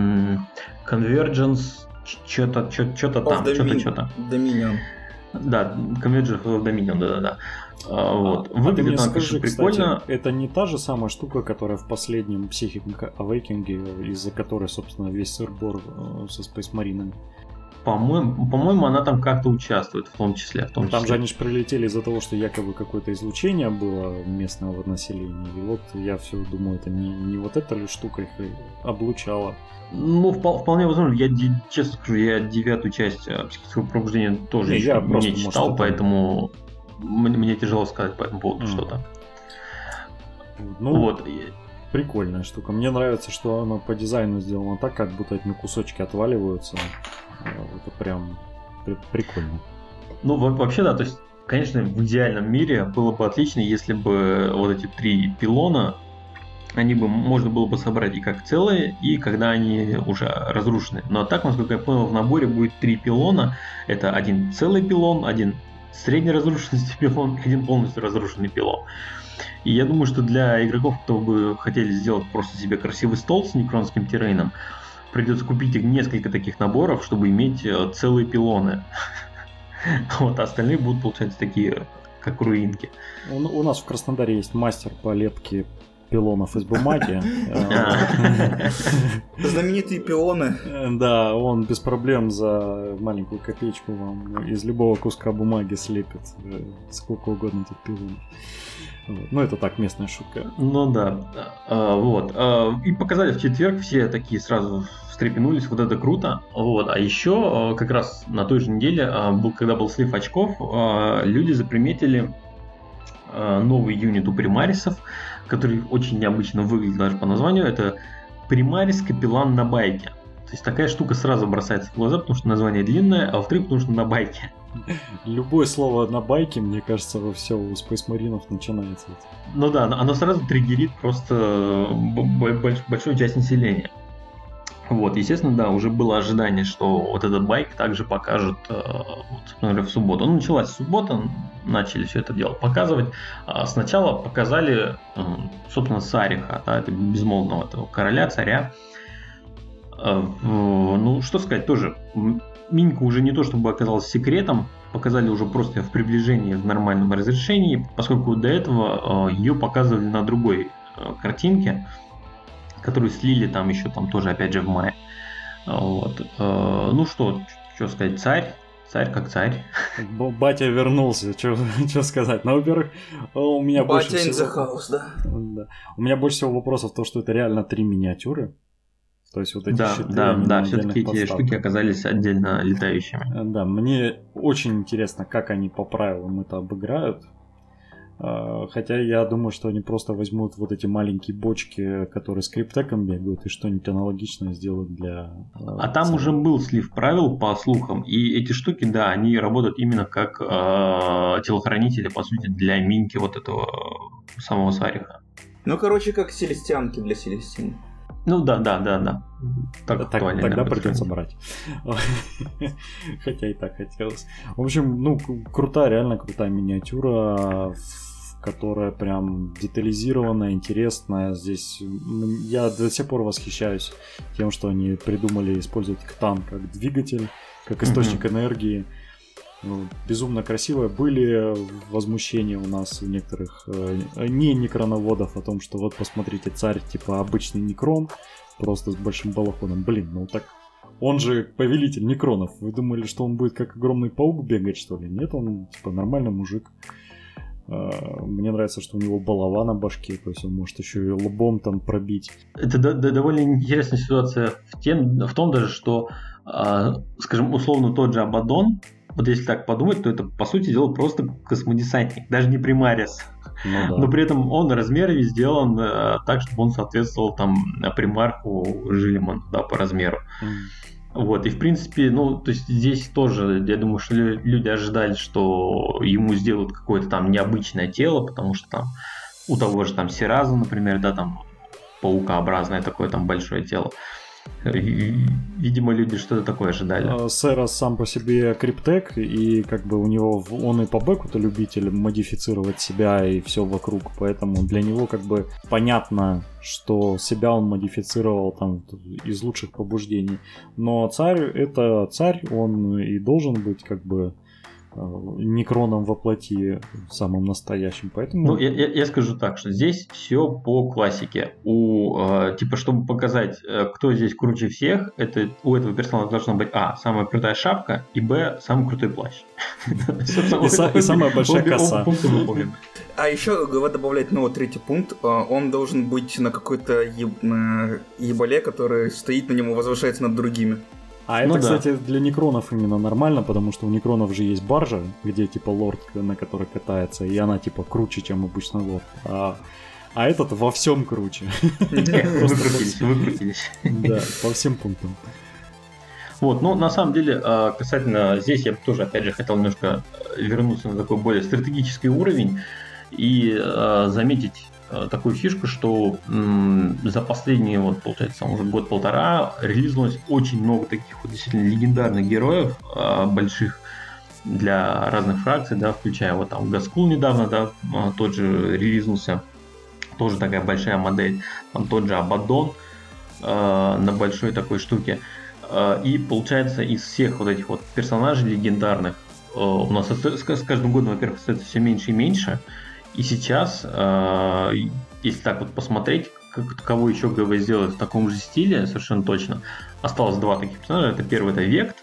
Convergence, что-то, что-то там, что-то, что-то. Dominion. Да, Convergence of Dominion, да-да-да. А, вот. А, Выглядит она, конечно, прикольно. Кстати, это не та же самая штука, которая в последнем Psychic Awakening, из-за которой, собственно, весь сыр-бор со Space Marine. По-моему, по-моему, она там как-то участвует, в том числе. В том там числе. же они же прилетели из-за того, что якобы какое-то излучение было местного населения. И вот я все думаю, это не, не вот эта ли штука их облучала. Ну, вполне возможно. Я, честно скажу, я девятую часть «Психического пробуждения» тоже не, еще я не читал, может, поэтому мне, мне тяжело сказать по этому поводу mm. что-то. Ну, вот. Прикольная штука. Мне нравится, что она по дизайну сделана так, как будто от нее кусочки отваливаются. Это прям прикольно. Ну, вообще, да, то есть, конечно, в идеальном мире было бы отлично, если бы вот эти три пилона, они бы можно было бы собрать и как целые, и когда они уже разрушены. Но так, насколько я понял, в наборе будет три пилона. Это один целый пилон, один средней разрушенности пилон, один полностью разрушенный пилон. И я думаю, что для игроков, кто бы хотели сделать просто себе красивый стол с некронским террейном, придется купить несколько таких наборов, чтобы иметь целые пилоны. Вот, а остальные будут, получаться, такие, как руинки. У, у нас в Краснодаре есть мастер по лепке пилонов из бумаги. Знаменитые пилоны. Да, он без проблем за маленькую копеечку вам из любого куска бумаги слепит сколько угодно этих пилонов. Вот. Ну, это так, местная шутка. Ну да. А, вот. А, и показали в четверг, все такие сразу встрепенулись, вот это круто. Вот. А еще как раз на той же неделе, был, когда был слив очков, люди заприметили новый юнит у примарисов, который очень необычно выглядит даже по названию. Это примарис капеллан на байке. То есть такая штука сразу бросается в глаза, потому что название длинное, а во-вторых, потому что на байке. Любое слово на байке, мне кажется, во все у Space Marine начинается. Ну да, оно сразу триггерит просто большую часть населения. Вот, естественно, да, уже было ожидание, что вот этот байк также покажут, вот, например, в субботу. Ну, началась суббота, начали все это дело показывать. Сначала показали, собственно, Сариха, да, это безмолвного этого короля, царя. Ну, что сказать, тоже, Минька уже не то чтобы оказалась секретом, показали уже просто в приближении в нормальном разрешении, поскольку до этого ее показывали на другой картинке, которую слили там еще там тоже опять же в мае. Вот. Ну что, что сказать, царь, царь как царь. Батя вернулся, что сказать. Ну, во-первых, у меня Батя больше всего... House, да? Да. У меня больше всего вопросов в том, что это реально три миниатюры. То есть вот эти да, щиты. Да, да, все-таки эти подставках. Штуки оказались отдельно летающими. Да, мне очень интересно, как они по правилам это обыграют. Хотя я думаю, что они просто возьмут вот эти маленькие бочки, которые с криптеком бегают, и что-нибудь аналогичное сделают для... А там цели. Уже был слив правил, по слухам, и эти штуки, да, они работают именно как э, телохранители, по сути, для миньки вот этого самого Сариха. Ну, короче, как селестианки для селестин. Ну да, да, да, да. Так, так, тогда придется брать. Хотя и так хотелось. В общем, ну, крутая, реально крутая миниатюра. которая прям детализированная, интересная. Здесь я до сих пор восхищаюсь тем, что они придумали использовать ктан как двигатель, как источник mm-hmm. энергии. Ну, безумно красивое. Были возмущения у нас у некоторых э, не некроноводов о том, что вот посмотрите, царь типа обычный некрон, просто с большим балахоном. Блин, ну так он же повелитель некронов. Вы думали, что он будет как огромный паук бегать, что ли? Нет, он типа нормальный мужик. Э, мне нравится, что у него балава на башке, то есть он может еще и лбом там пробить. Это да, да, довольно интересная ситуация в, тем, в том даже, что, э, скажем, условно тот же Абаддон, вот если так подумать, то это, по сути дела, просто космодесантник, даже не примарис. Ну, да. Но при этом он размерами сделан э, так, чтобы он соответствовал там примарху Жилиману, да, по размеру. Mm. Вот, и в принципе, ну, то есть здесь тоже, я думаю, что люди ожидали, что ему сделают какое-то там необычное тело, потому что там у того же там Сираза, например, да, там паукообразное такое там большое тело. Видимо, люди что-то такое ожидали. Серас сам по себе криптек, и как бы у него он и по бэку-то любитель модифицировать себя и все вокруг, поэтому для него как бы понятно, что себя он модифицировал там из лучших побуждений. Но царь это царь, он и должен быть как бы некроном воплоти самым настоящим, поэтому... Ну, я, я, я скажу так, что здесь все по классике. У, э, типа, чтобы показать, э, кто здесь круче всех, это у этого персонажа должна быть а. самая крутая шапка, и б. самый крутой плащ. И самая большая коса. А еще ГВ добавляет новый третий пункт. Он должен быть на какой-то ебале, который стоит на нему, возвышается над другими. А это, ну, кстати, да. для некронов именно нормально, потому что у некронов же есть баржа, где типа лорд, на которой катается, и она типа круче, чем обычный лорд. А, а этот во всем круче. Выкрутились, выкрутились. Да, по всем пунктам. Вот, ну, на самом деле, касательно здесь я тоже, опять же, хотел немножко вернуться на такой более стратегический уровень и заметить такую фишку, что м- за последние, вот, получается, уже год-полтора релизнулось очень много таких вот действительно легендарных героев, э, больших для разных фракций, да, включая вот там Гаскул недавно, да, тот же релизнулся, тоже такая большая модель, там тот же Абаддон э, на большой такой штуке. Э, и получается из всех вот этих вот персонажей легендарных э, у нас с каждым годом, во-первых, остается все меньше и меньше. И сейчас, э, если так вот посмотреть, как, кого еще ГВ сделает в таком же стиле, совершенно точно, осталось два таких персонажа. Это первый, это Вект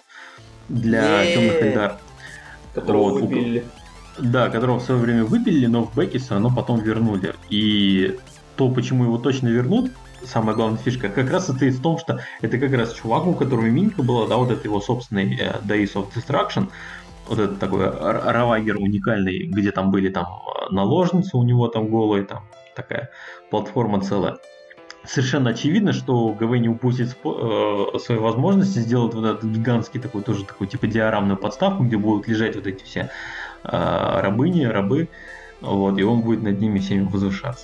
для темных Эльдар. Которого вот, выпилили. Да, которого в свое время выпилили, но в бэке все равно потом вернули. И то, почему его точно вернут, самая главная фишка, как раз состоит в том, что это как раз чувак, у которого минька была, да, вот это его собственный Days of Destruction. Вот этот такой равагер уникальный, где там были там наложницы у него там голые, там такая платформа целая. Совершенно очевидно, что ГВ не упустит э, свои возможности сделать вот этот гигантский такой, тоже такой типа диорамную подставку, где будут лежать вот эти все э, рабыни, рабы, вот, и он будет над ними всеми возвышаться.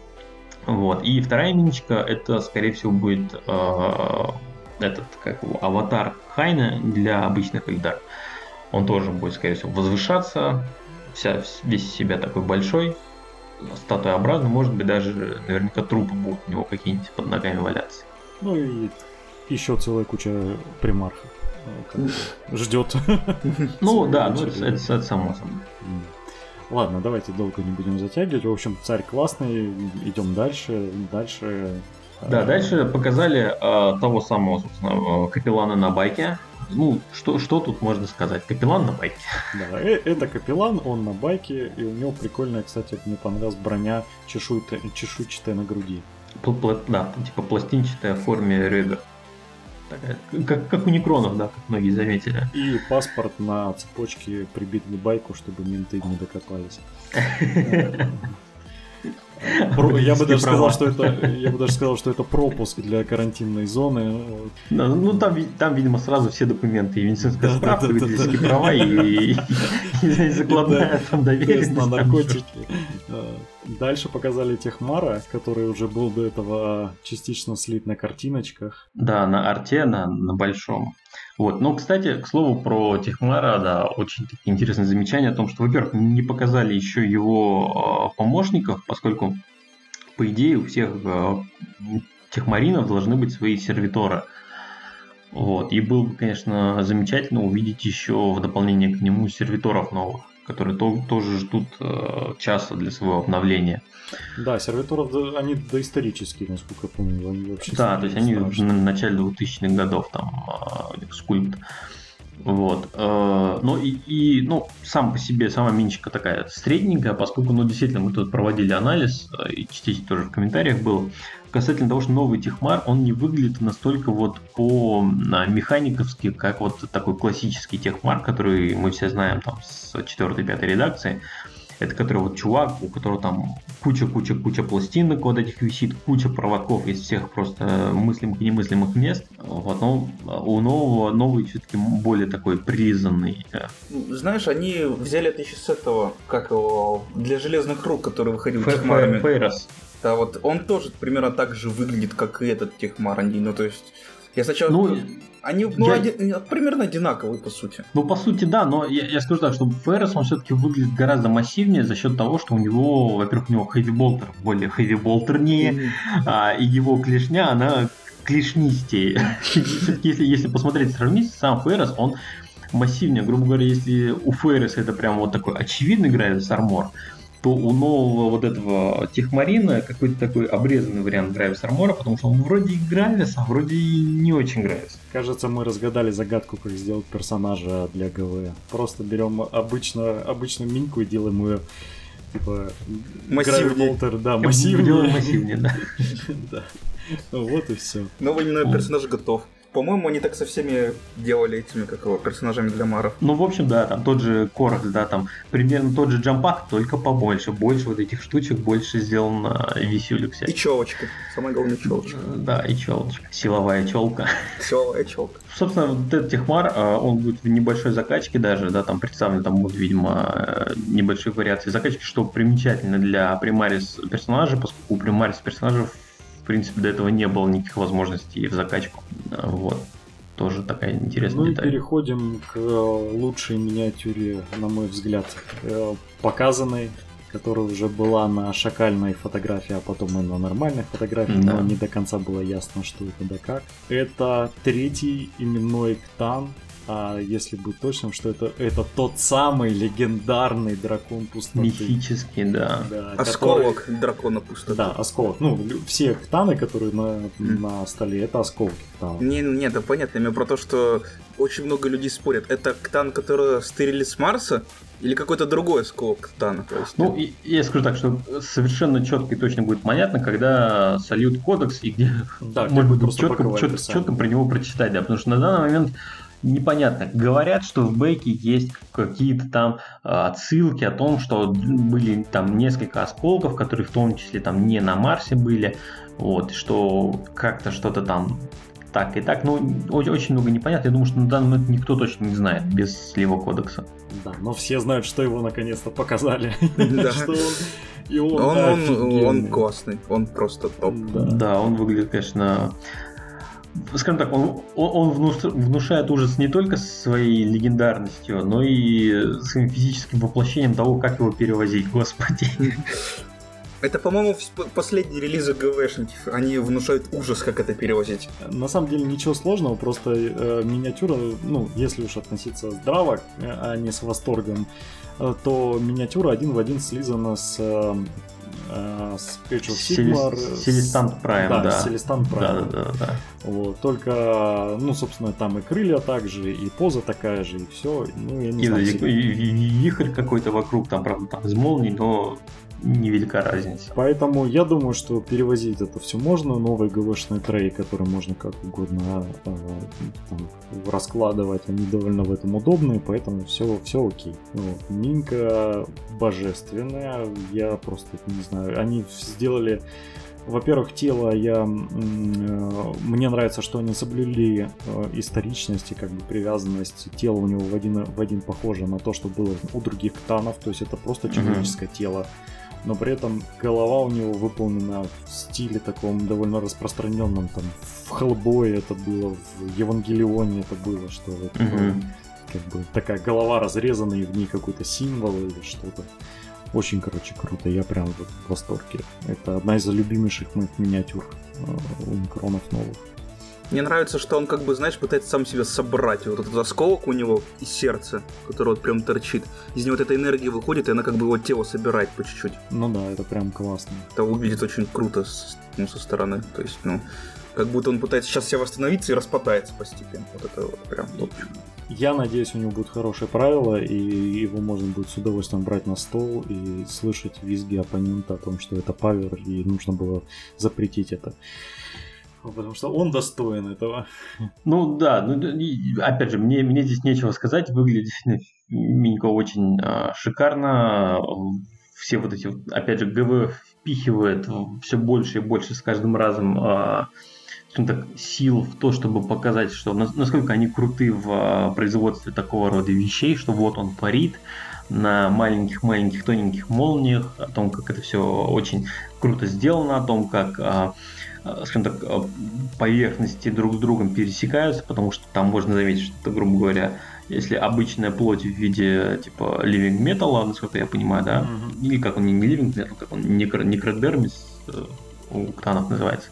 Вот. И вторая миничка, это скорее всего будет э, этот, как его, аватар Хайна для обычных Эльдар. Он тоже будет, скорее всего, возвышаться, вся, весь из себя такой большой, статуеобразный, может быть, даже наверняка трупы будут у него какие-нибудь под ногами валяться. Ну и еще целая куча примархов ждет. Ну да, ну это само собой. Ладно, давайте долго не будем затягивать. В общем, царь классный, идем дальше, дальше. Да, дальше показали того самого, собственно, капеллана на байке. Ну, что, что тут можно сказать? Капеллан на байке. Да, это капеллан, он на байке, и у него прикольная, кстати, мне понравилась броня чешуйчатая, чешуйчатая на груди. Да, типа пластинчатая в форме ребер. Такая, как, как у некронов, да, как многие заметили. И паспорт на цепочке прибит к байку, чтобы менты не докопались. Я бы даже сказал, что это, я бы даже сказал, что это пропуск для карантинной зоны. Да, ну там, там, видимо, сразу все документы, и медицинская справка, и водительские права, и закладная там доверенность. На наркотики. Дальше показали Техмара, который уже был до этого частично слит на картиночках. Да, на арте, на, на большом. Вот. Ну, кстати, к слову про Техмара, да, очень такие интересные замечания о том, что, во-первых, не показали еще его э, помощников, поскольку, по идее, у всех э, техмаринов должны быть свои сервиторы. Вот. И было бы, конечно, замечательно увидеть еще в дополнение к нему сервиторов новых, которые то, тоже ждут э, часа для своего обновления. Да, сервиторов, они доисторические, насколько я помню. Они вообще да, то есть они в начале двухтысячных годов там э, скульпт. Вот. Э, ну и, и ну, сам по себе сама минчика такая средненькая, поскольку, ну, действительно, мы тут проводили анализ, и частично тоже в комментариях было, касательно того, что новый Техмар, он не выглядит настолько вот по механиковски, как вот такой классический Техмар, который мы все знаем там с четвёртой-пятой редакции. Это который вот чувак, у которого там куча-куча-куча пластинок вот этих висит, куча проводков из всех просто мыслимых и немыслимых мест. Вот, но у нового, новый все-таки более такой прилизанный. Знаешь, они взяли это еще с этого, как его, для железных рук, который выходил Ф- Техмарами. Фейрос. Да, вот он тоже примерно так же выглядит, как и этот Техмар. Ну, то есть, я сначала... Ну, Они ну, я... один, примерно одинаковые, по сути. Ну, по сути, да, но я, я скажу так, что Феррес, он все-таки выглядит гораздо массивнее за счет того, что у него, во-первых, у него хэви-болтер более хэви-болтернее, mm-hmm. а, и его клешня, она клешнистее. Все-таки, если, если посмотреть, сравнить, сам Феррес, он массивнее. Грубо говоря, если у Ферреса это прям вот такой очевидный Гравис Армор, то у нового вот этого Техмарина какой-то такой обрезанный вариант Гравис Армора, потому что он вроде и Гравис, а вроде и не очень Гравис. Кажется, мы разгадали загадку, как сделать персонажа для ГВ. Просто берем обычно, обычную миньку и делаем ее типа массивнее. Да, массивнее. Делаем массивнее, да. Да. Вот и все. Новый именной персонаж готов. По-моему, они так со всеми делали этими, как его, персонажами для маров. Ну, в общем, да, там тот же Коракс, да, там примерно тот же Джампак, только побольше. Больше вот этих штучек, больше сделано висюлек всяких. И челочка. Самое главное, челочка. Да, и челочка. Силовая челка. Силовая челка. Собственно, вот этот Техмар, он будет в небольшой закачке даже, да, там представлены, там будут, видимо, небольшие вариации закачки, что примечательно для примарис персонажей, поскольку у примарис персонажей в принципе, до этого не было никаких возможностей в закачку. Вот. Тоже такая интересная ну деталь. Ну и переходим к лучшей миниатюре, на мой взгляд, показанной, которая уже была на шакальной фотографии, а потом и на нормальных фотографиях, да. Но не до конца было ясно, что это да как. Это третий именной Ктан. А если быть точным, что это, это тот самый легендарный дракон пустоты. Мифический, да. да осколок который... дракона пустоты. Да, осколок. Ну, все ктаны, которые на, mm. на столе, это осколки ктанов. Не, не, это понятно. Я про то, что очень много людей спорят. Это ктан, который стырили с Марса, или какой-то другой осколок ктана? То есть, ну, и, я скажу так, что совершенно четко и точно будет понятно, когда сольют кодекс, и где да, можно будет четко, четко, четко про него прочитать. Да, потому что на данный момент непонятно. Говорят, что в бэке есть какие-то там отсылки о том, что были там несколько осколков, которые в том числе там не на Марсе были, вот, что как-то что-то там так и так, ну, очень много непонятно. Я думаю, что на данный момент никто точно не знает без слива кодекса. Да, но все знают, что его наконец-то показали. Да. Что он... И он, он, он, он классный, он просто топ. Да, да, он выглядит, конечно... Скажем так, он, он внушает ужас не только своей легендарностью, но и своим физическим воплощением того, как его перевозить, господи. Это, по-моему, последние релизы ГВшники, они внушают ужас, как это перевозить. На самом деле ничего сложного, просто э, миниатюра, ну, если уж относиться здраво, а не с восторгом, э, то миниатюра один в один слизана с... Э, с Age of Sigmar. Celestant Prime, да. Да, Celestant Prime. Да, да, да. Вот, только, ну, собственно, там и крылья также, и поза такая же, и все. Ну, я не и, знаю. И, и, и вихрь какой-то вокруг, там, правда, там из молний, но невелика разница. Поэтому я думаю, что перевозить это все можно. Новый ГВшный трей, который можно как угодно э, там, раскладывать, они довольно в этом удобные, поэтому все, все окей. Вот. Минька божественная, я просто не знаю, они сделали... Во-первых, тело я... Мне нравится, что они соблюли историчность и как бы привязанность. Тело у него в один, в один похоже на то, что было у других ктанов. То есть это просто человеческое mm-hmm. тело. но при этом голова у него выполнена в стиле таком довольно распространенном, там, в Хеллбое это было, в Евангелионе это было, что это mm-hmm. как бы такая голова разрезана, и в ней какой-то символ или что-то. Очень, короче, круто, я прям в восторге. Это одна из любимейших моих миниатюр у Некронов новых. Мне нравится, что он, как бы, знаешь, пытается сам себя собрать. Вот этот осколок у него из сердца, который вот прям торчит. Из него вот эта энергия выходит, и она как бы его тело собирает по чуть-чуть. Ну да, это прям классно. Это выглядит очень круто с, ну, со стороны. То есть, ну, как будто он пытается сейчас себя восстановиться и распадается постепенно. Вот это вот прям топчик. Я надеюсь, у него будут хорошие правила, и его можно будет с удовольствием брать на стол и слышать визги оппонента о том, что это павер, и нужно было запретить это. Потому что он достоин этого. Ну да, ну опять же, мне, мне здесь нечего сказать. Выглядит действительно Минько очень а, шикарно. Все вот эти, опять же, ГВ впихивает все больше и больше с каждым разом а, так, сил в то, чтобы показать, что насколько они круты в а, производстве такого рода вещей, что вот он парит на маленьких-маленьких тоненьких молниях, о том, как это все очень круто сделано, о том, как а, скажем так, поверхности друг с другом пересекаются, потому что там можно заметить, что это, грубо говоря, если обычная плоть в виде типа living metal, насколько я понимаю, да, mm-hmm. или как он не living metal, как он некро, некродермис у ктанов называется.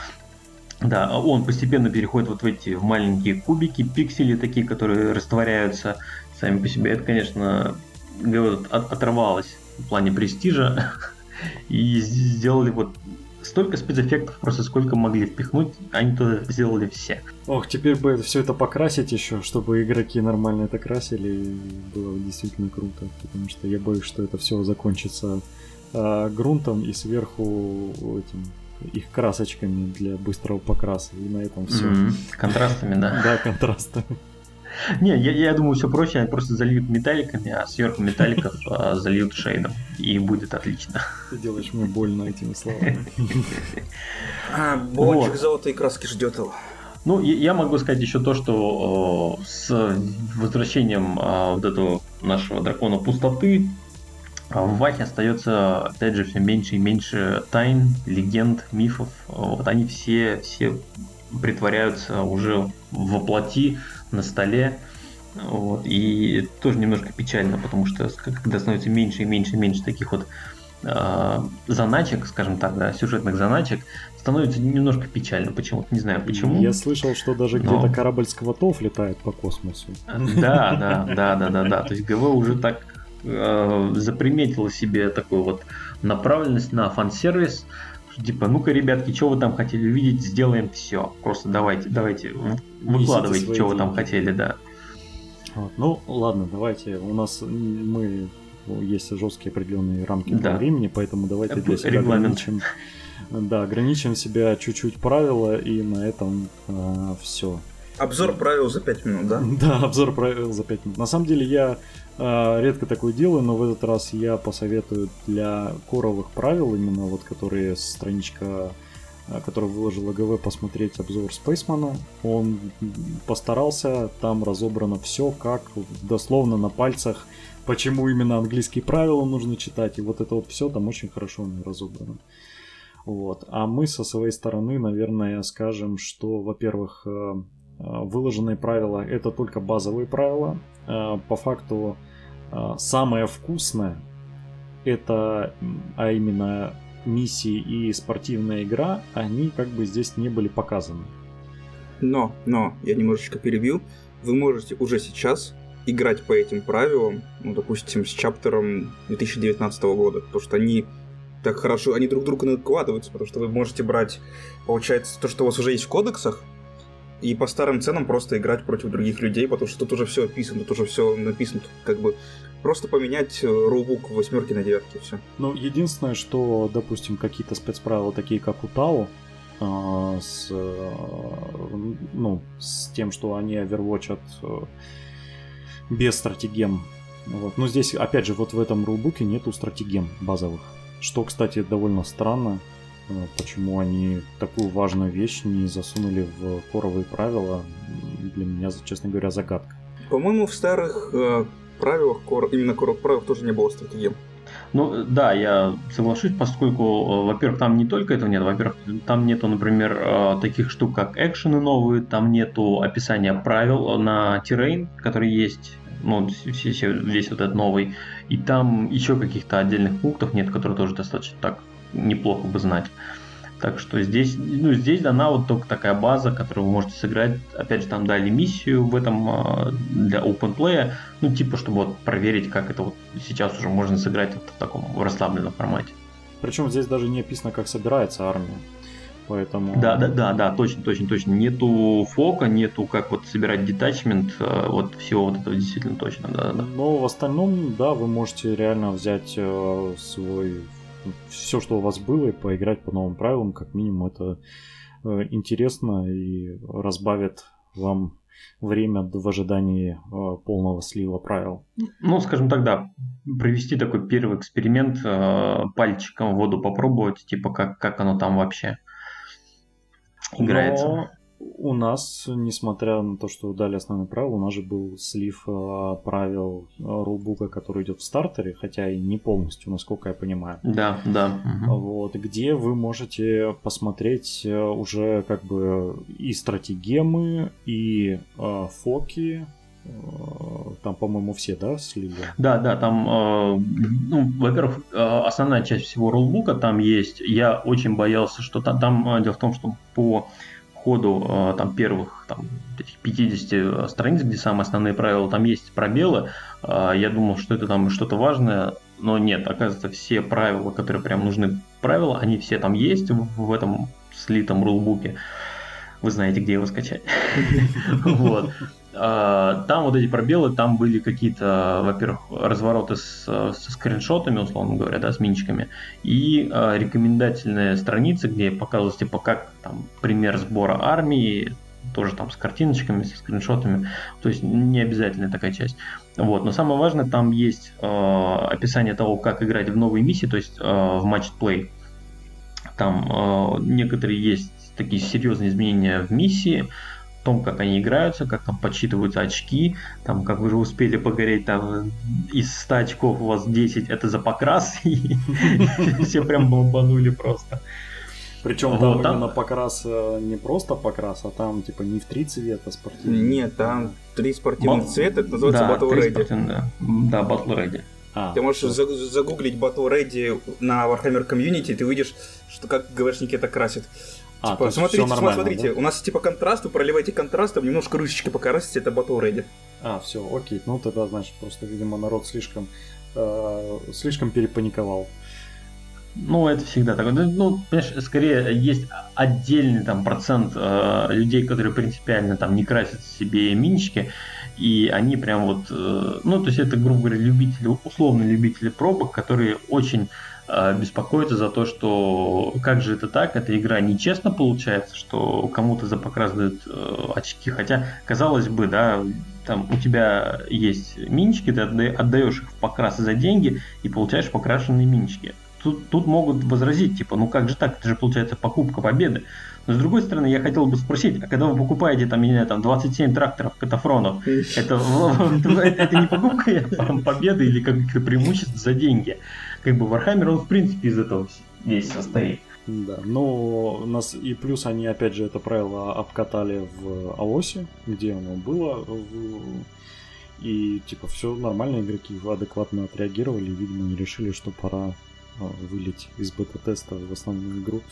Да, он постепенно переходит вот в эти в маленькие кубики, пиксели такие, которые растворяются сами по себе. Это, конечно, оторвалось в плане престижа и сделали вот столько спецэффектов, просто сколько могли впихнуть, они туда сделали все. Ох, теперь бы все это покрасить еще, чтобы игроки нормально это красили, было действительно круто, потому что я боюсь, что это все закончится э, грунтом и сверху этим их красочками для быстрого покраса, и на этом все. Mm-hmm. Контрастами, да? Да, контрастами. Не, я, я думаю, все проще, они просто зальют металликами, а сверху металликов а, зальют шейдом, и будет отлично. Ты делаешь мне больно этими словами. А, бочек золотой краски ждет его. Ну, я могу сказать еще то, что с возвращением вот этого нашего дракона пустоты в Вахе остается, опять же, все меньше и меньше тайн, легенд, мифов. Вот они все, все притворяются уже воплоти на столе. Вот. И тоже немножко печально, потому что когда становится меньше и меньше и меньше таких вот э, заначек, скажем так, да, сюжетных заначек, становится немножко печально почему-то. Не знаю почему. Я слышал, что даже но... где-то корабль сквотов летает по космосу. Да, да, да, да, да, да. То есть ГВ уже так э, заприметила себе такую вот направленность на фан-сервис. Типа, ну-ка, ребятки, что вы там хотели увидеть, сделаем все. Просто давайте, давайте, выкладывайте, что вы там хотели, да. Вот. Ну, ладно, давайте. У нас мы есть жесткие определенные рамки да. времени, поэтому давайте для себя ограничим, да, ограничим себя чуть-чуть правила, и на этом а, все. Обзор правил за пять минут, да? Да, обзор правил за пять минут. На самом деле я э, редко такое делаю, но в этот раз я посоветую для коровых правил, именно вот которые страничка, э, которую выложила ГВ, посмотреть обзор Спейсмана. Он постарался, там разобрано все, как дословно на пальцах, почему именно английские правила нужно читать, и вот это вот все там очень хорошо разобрано. Вот. А мы со своей стороны, наверное, скажем, что, во-первых, э, выложенные правила — это только базовые правила. По факту самое вкусное — это, а именно миссии и спортивная игра, они как бы здесь не были показаны. Но, но, я немножечко перебью. Вы можете уже сейчас играть по этим правилам, ну, допустим, с чаптером две тысячи девятнадцатого года, потому что они так хорошо, они друг другу накладываются, потому что вы можете брать, получается, то, что у вас уже есть в кодексах, и по старым ценам просто играть против других людей, потому что тут уже все описано, тут уже все написано, тут как бы просто поменять рулбук в восьмерки на девятки, все. Ну, единственное, что, допустим, какие-то спецправила, такие как у Тау, э, с, э, ну, с тем, что они овервотчат э, без стратегем. Вот. Но здесь, опять же, вот в этом рулбуке нету стратегем базовых, что, кстати, довольно странно. Почему они такую важную вещь не засунули в коровые правила, для меня, честно говоря, загадка. По-моему, в старых э, правилах, кор... именно коровых правилах тоже не было стратегии. Ну, да, я соглашусь, поскольку, во-первых, там не только этого нет, во-первых, там нету, например, таких штук, как экшены новые, там нету описания правил на террейн, который есть, ну, весь вот этот новый, и там еще каких-то отдельных пунктов нет, которые тоже достаточно так неплохо бы знать. Так что здесь, ну, здесь дана вот только такая база, которую вы можете сыграть. Опять же, там дали миссию в этом для open play, ну, типа, чтобы вот проверить, как это вот сейчас уже можно сыграть вот в таком расслабленном формате. Причем здесь даже не описано, как собирается армия. Поэтому... Да, да, да, да, точно, точно, точно. Нету фока, нету как вот собирать детачмент, вот всего вот этого действительно точно, да, да. Но в остальном, да, вы можете реально взять э, свой... все, что у вас было, и поиграть по новым правилам, как минимум это э, интересно и разбавит вам время в ожидании э, полного слива правил. Ну, скажем так, да, провести такой первый эксперимент, э, пальчиком в воду попробовать, типа как, как оно там вообще играется. Но у нас, несмотря на то, что дали основные правила, у нас же был слив э, правил рулбука, который идет в стартере, хотя и не полностью, насколько я понимаю. Да, да. Угу. Вот, где вы можете посмотреть э, уже как бы и стратегемы, и э, фоки. Э, там, по-моему, все, да, слили? Да, да, там, э, ну, во-первых, э, основная часть всего рулбука там есть. Я очень боялся, что там, там э, дело в том, что по ходу э, там первых там, пятьдесят страниц, где самые основные правила, там есть пробелы. Э, я думал, что это там что-то важное, но нет, оказывается, все правила, которые прям нужны правила, они все там есть в, в этом слитом рулбуке. Вы знаете, где его скачать. Вот. Там вот эти пробелы, там были какие-то, во-первых, развороты с, со скриншотами, условно говоря, да, с минчиками, и э, рекомендательные страницы, где показывалось, типа, как там пример сбора армии, тоже там с картиночками, со скриншотами, то есть не обязательная такая часть. Вот. Но самое важное, там есть э, описание того, как играть в новые миссии, то есть э, в Match Play. Там э, некоторые есть такие серьезные изменения в миссии, в том, как они играются, как там подсчитываются очки, там, как вы же успели погореть, там, из ста очков у вас десять это за покрас, и все прям бомбанули просто. Причем там именно покрас не просто покрас, а там типа не в три цвета спортивных. Нет, там три спортивных цвета, это называется Battle Ready. Да, Battle Ready. А, ты можешь за- загуглить Battle Ready на Warhammer Community, ты увидишь, что как ГВшники это красят. А, типа, смотрите, смотрите, да? У нас типа контраст, вы проливаете контрастом, немножко ручечки покрасите, это Battle Ready. А, все, окей, ну тогда, значит, просто, видимо, народ слишком, э, слишком перепаниковал. Ну, это всегда так. Ну, понимаешь, скорее есть отдельный там процент э, людей, которые принципиально там не красят себе минички, и они прям вот, э, ну, то есть это, грубо говоря, любители, условно любители пробок, которые очень э, беспокоятся за то, что как же это так, эта игра нечестно получается, что кому-то за покрас дают э, очки, хотя, казалось бы, да, там у тебя есть минички, ты отдаешь их в покрас за деньги и получаешь покрашенные минички. Тут, тут могут возразить, типа, ну как же так, это же получается покупка победы. Но с другой стороны, я хотел бы спросить, а когда вы покупаете там, я не знаю, там двадцать семь тракторов катафронов, это, это не покупка победы или каких-то преимуществ за деньги? Как бы Warhammer, он в принципе из этого весь состоит. Да, но у нас и плюс они опять же это правило обкатали в АОСе, где оно было, и типа все нормально, игроки адекватно отреагировали, видимо, решили, что пора вылить из бета-теста в основную игру.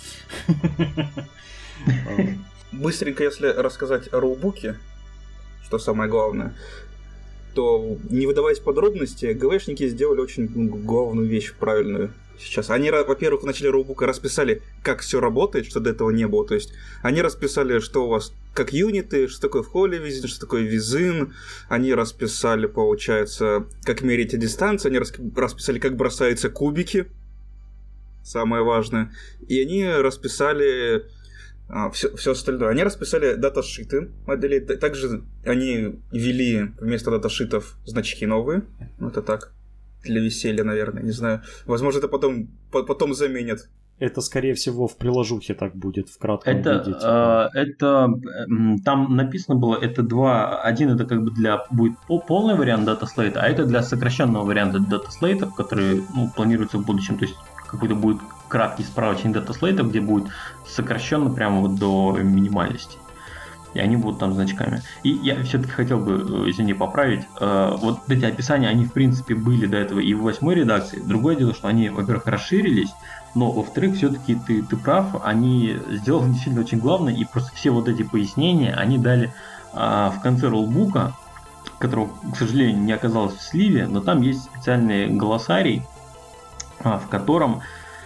Быстренько, если рассказать о рулбуке, что самое главное, то, не выдаваясь подробности, ГВшники сделали очень главную вещь правильную сейчас. Они, во-первых, в начале рулбука расписали, как все работает, что до этого не было. То есть они расписали, что у вас как юниты, что такое в холле визин, что такое визин. Они расписали, получается, как мерите дистанцию. Они расписали, как бросаются кубики. Самое важное. И они расписали а, все, все остальное. Они расписали даташиты моделей. Также они ввели вместо даташитов значки новые. Ну, это так, для веселья, наверное, не знаю. Возможно, это потом, потом заменят это, скорее всего, в приложухе так будет, в кратком это, виде. Типа. Э, это, там написано было, это два, один это как бы для, будет полный вариант DataSlate, а это для сокращенного варианта DataSlate, который, ну, планируется в будущем, то есть какой-то будет краткий справочник DataSlate, где будет сокращенно прямо вот до минимальности. И они будут там значками. И я все-таки хотел бы, извини, поправить. Э, вот эти описания, они в принципе были до этого и в восьмой редакции. Другое дело, что они, во-первых, расширились, но, во-вторых, все-таки ты, ты прав, они сделали действительно очень главное, и просто все вот эти пояснения они дали э, в конце рулбука, которого, к сожалению, не оказалось в сливе, но там есть специальный глоссарий, э, в котором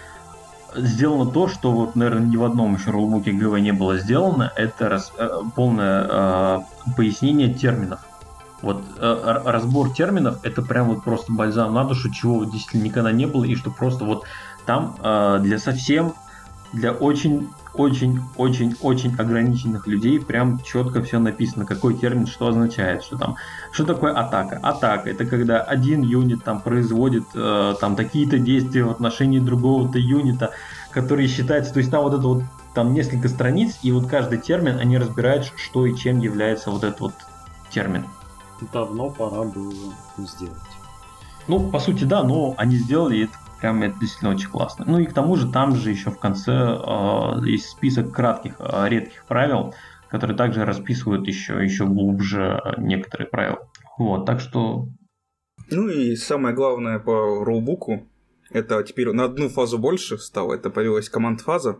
сделано то, что вот, наверное, ни в одном еще рулбуке джи ви не было сделано, это рас, э, полное э, пояснение терминов. Вот э, разбор терминов, это прям вот просто бальзам на душу, чего вот действительно никогда не было, и что просто вот там э, для совсем, для очень, очень, очень, очень ограниченных людей прям четко все написано, какой термин что означает, что там, что такое атака. Атака — это когда один юнит там производит э, там такие-то действия в отношении другого-то юнита, которые считаются, то есть там вот это вот, там несколько страниц, и вот каждый термин, они разбирают, что и чем является вот этот вот термин. Давно пора было сделать. Ну, по сути, да, но они сделали, и это прям это действительно очень классно. Ну и к тому же там же еще в конце э, есть список кратких, э, редких правил, которые также расписывают еще, еще глубже некоторые правила. Вот, так что... Ну и самое главное по рулбуку, это теперь на одну фазу больше стало, это появилась команд-фаза.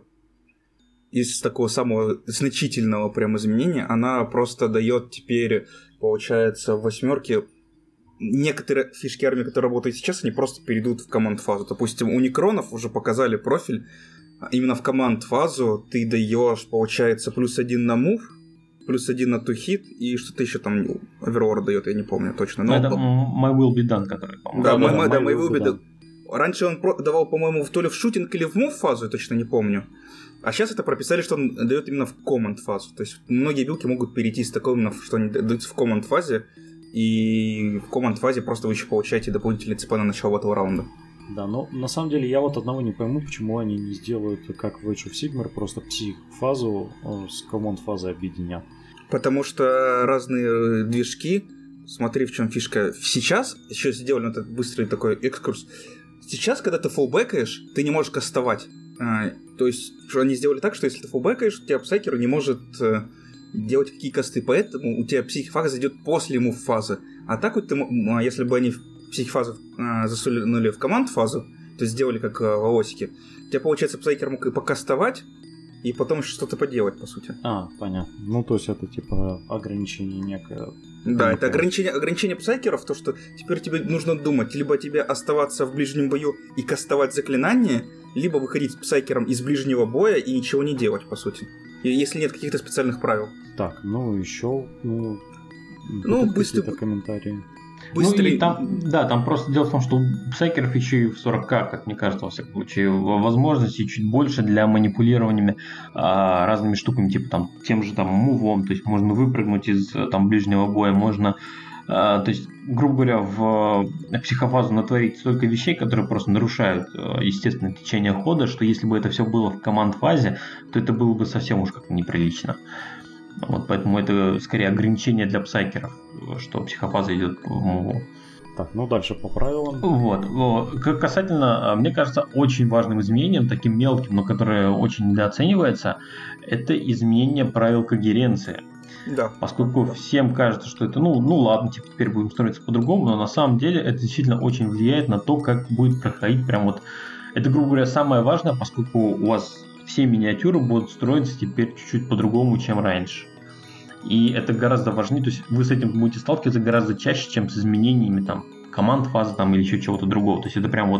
Из такого самого значительного прям изменения она просто дает теперь, получается, в восьмерке некоторые фишки армии, которые работают сейчас, они просто перейдут в команд-фазу. Допустим, у некронов уже показали профиль. Именно в команд-фазу ты даешь, получается, плюс один на мув, плюс один на ту-хит, и что-то еще там Overlord дает, я не помню точно. Но это он... My Will Be Done, который, по-моему. Да, Да, my, да, my, my Will Be Done. Раньше он давал, по-моему, то ли в шутинг или в мув фазу, я точно не помню. А сейчас это прописали, что он дает именно в команд фазу. То есть многие билки могут перейти с такого именно, что они дают в команд фазе, и в команд фазе просто вы еще получаете дополнительные цепы на начало этого раунда. Да, но на самом деле я вот одного не пойму, почему они не сделают, как в Age of Sigmar, просто псих-фазу с команд-фазой объединят. Потому что разные движки, смотри, в чем фишка. Сейчас, еще сделали этот быстрый такой экскурс, сейчас, когда ты фуллбэкаешь, ты не можешь кастовать. А, то есть, что они сделали так, что если ты фуллбэкаешь, у тебя псайкер не может а, делать какие касты, поэтому у тебя психфаза идет после мув-фазы. А так вот, ты, а, если бы они психфазу а, засунули в команд-фазу, то сделали как а, в Аосике, у тебя, получается, псайкер мог и покастовать, и потом еще что-то поделать, по сути. А, понятно. Ну, то есть это типа ограничение некое. Да, это ограничение, ограничение псайкеров, то, что теперь тебе нужно думать, либо тебе оставаться в ближнем бою и кастовать заклинания, либо выходить с псайкером из ближнего боя и ничего не делать, по сути. Если нет каких-то специальных правил. Так, ну еще, ну, ну быстро... какие-то комментарии. Быстрый... Ну и там, да, там просто дело в том, что у псайкеров еще и в сорок ка, как мне кажется, во всяком случае, возможностей чуть больше для манипулирования а, разными штуками, типа там тем же там мувом, то есть можно выпрыгнуть из там ближнего боя, можно, а, то есть, грубо говоря, в психофазу натворить столько вещей, которые просто нарушают естественное течение хода, что если бы это все было в команд-фазе, то это было бы совсем уж как-то неприлично. Вот, поэтому это скорее ограничение для псайкеров, что психофаза идет в муву. Так, ну дальше по правилам. Вот, вот. Касательно, мне кажется, очень важным изменением, таким мелким, но которое очень недооценивается, это изменение правил когеренции. Да. Поскольку всем кажется, что это, ну, ну ладно, типа теперь будем строиться по-другому, но на самом деле это действительно очень влияет на то, как будет проходить прям вот. Это, грубо говоря, самое важное, поскольку у вас все миниатюры будут строиться теперь чуть-чуть по-другому, чем раньше. И это гораздо важнее, то есть вы с этим будете сталкиваться гораздо чаще, чем с изменениями там команд, фазы там или еще чего-то другого. То есть это прям вот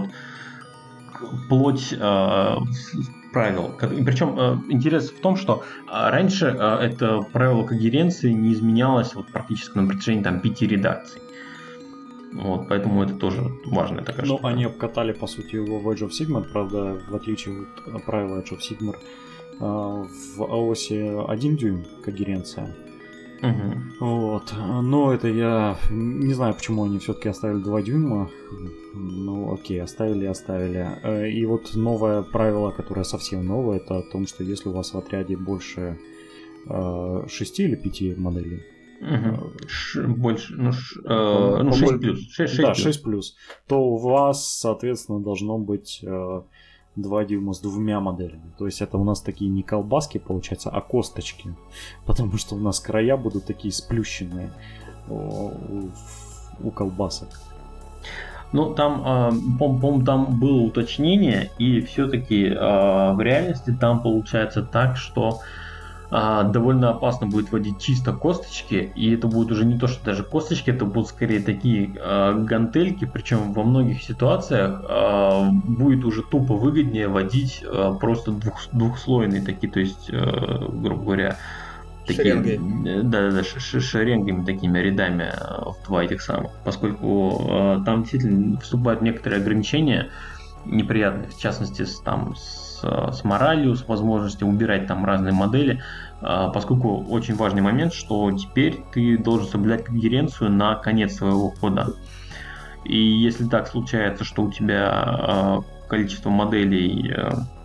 плоть э, правил. И причем э, интерес в том, что э, раньше э, это правило когеренции не изменялось вот практически на протяжении там пяти редакций. Вот, поэтому это тоже важная такая Ну, штука. они обкатали, по сути, его в Age of Sigmar, правда, в отличие от правила Age of Sigmar, в АОСе один дюйм когеренция. Угу. Вот. Но это я не знаю, почему они все-таки оставили два дюйма. Ну, окей, оставили, оставили. И вот новое правило, которое совсем новое, это о том, что если у вас в отряде больше шести или пяти моделей. Угу. Ш, больше, ну, ш, э, ну шесть плюс. шесть, шесть да, плюс. шесть плюс. То у вас, соответственно, должно быть э, два дюйма с двумя моделями. То есть это у нас такие не колбаски, получается, а косточки. Потому что у нас края будут такие сплющенные у, у колбасок. Ну, там, э, по-моему, там было уточнение, и все-таки э, в реальности там получается так, что довольно опасно будет вводить чисто косточки, и это будет уже не то, что даже косточки, это будут скорее такие э, гантельки, причем во многих ситуациях э, будет уже тупо выгоднее вводить э, просто двух, двухслойные такие, то есть, э, грубо говоря, такие, да, да, да, шеренгами, такими рядами в два этих самых, поскольку э, там действительно вступают некоторые ограничения неприятные, в частности, с, там, с с моралью, с возможностью убирать там разные модели, поскольку очень важный момент, что теперь ты должен соблюдать когеренцию на конец своего хода. И если так случается, что у тебя количество моделей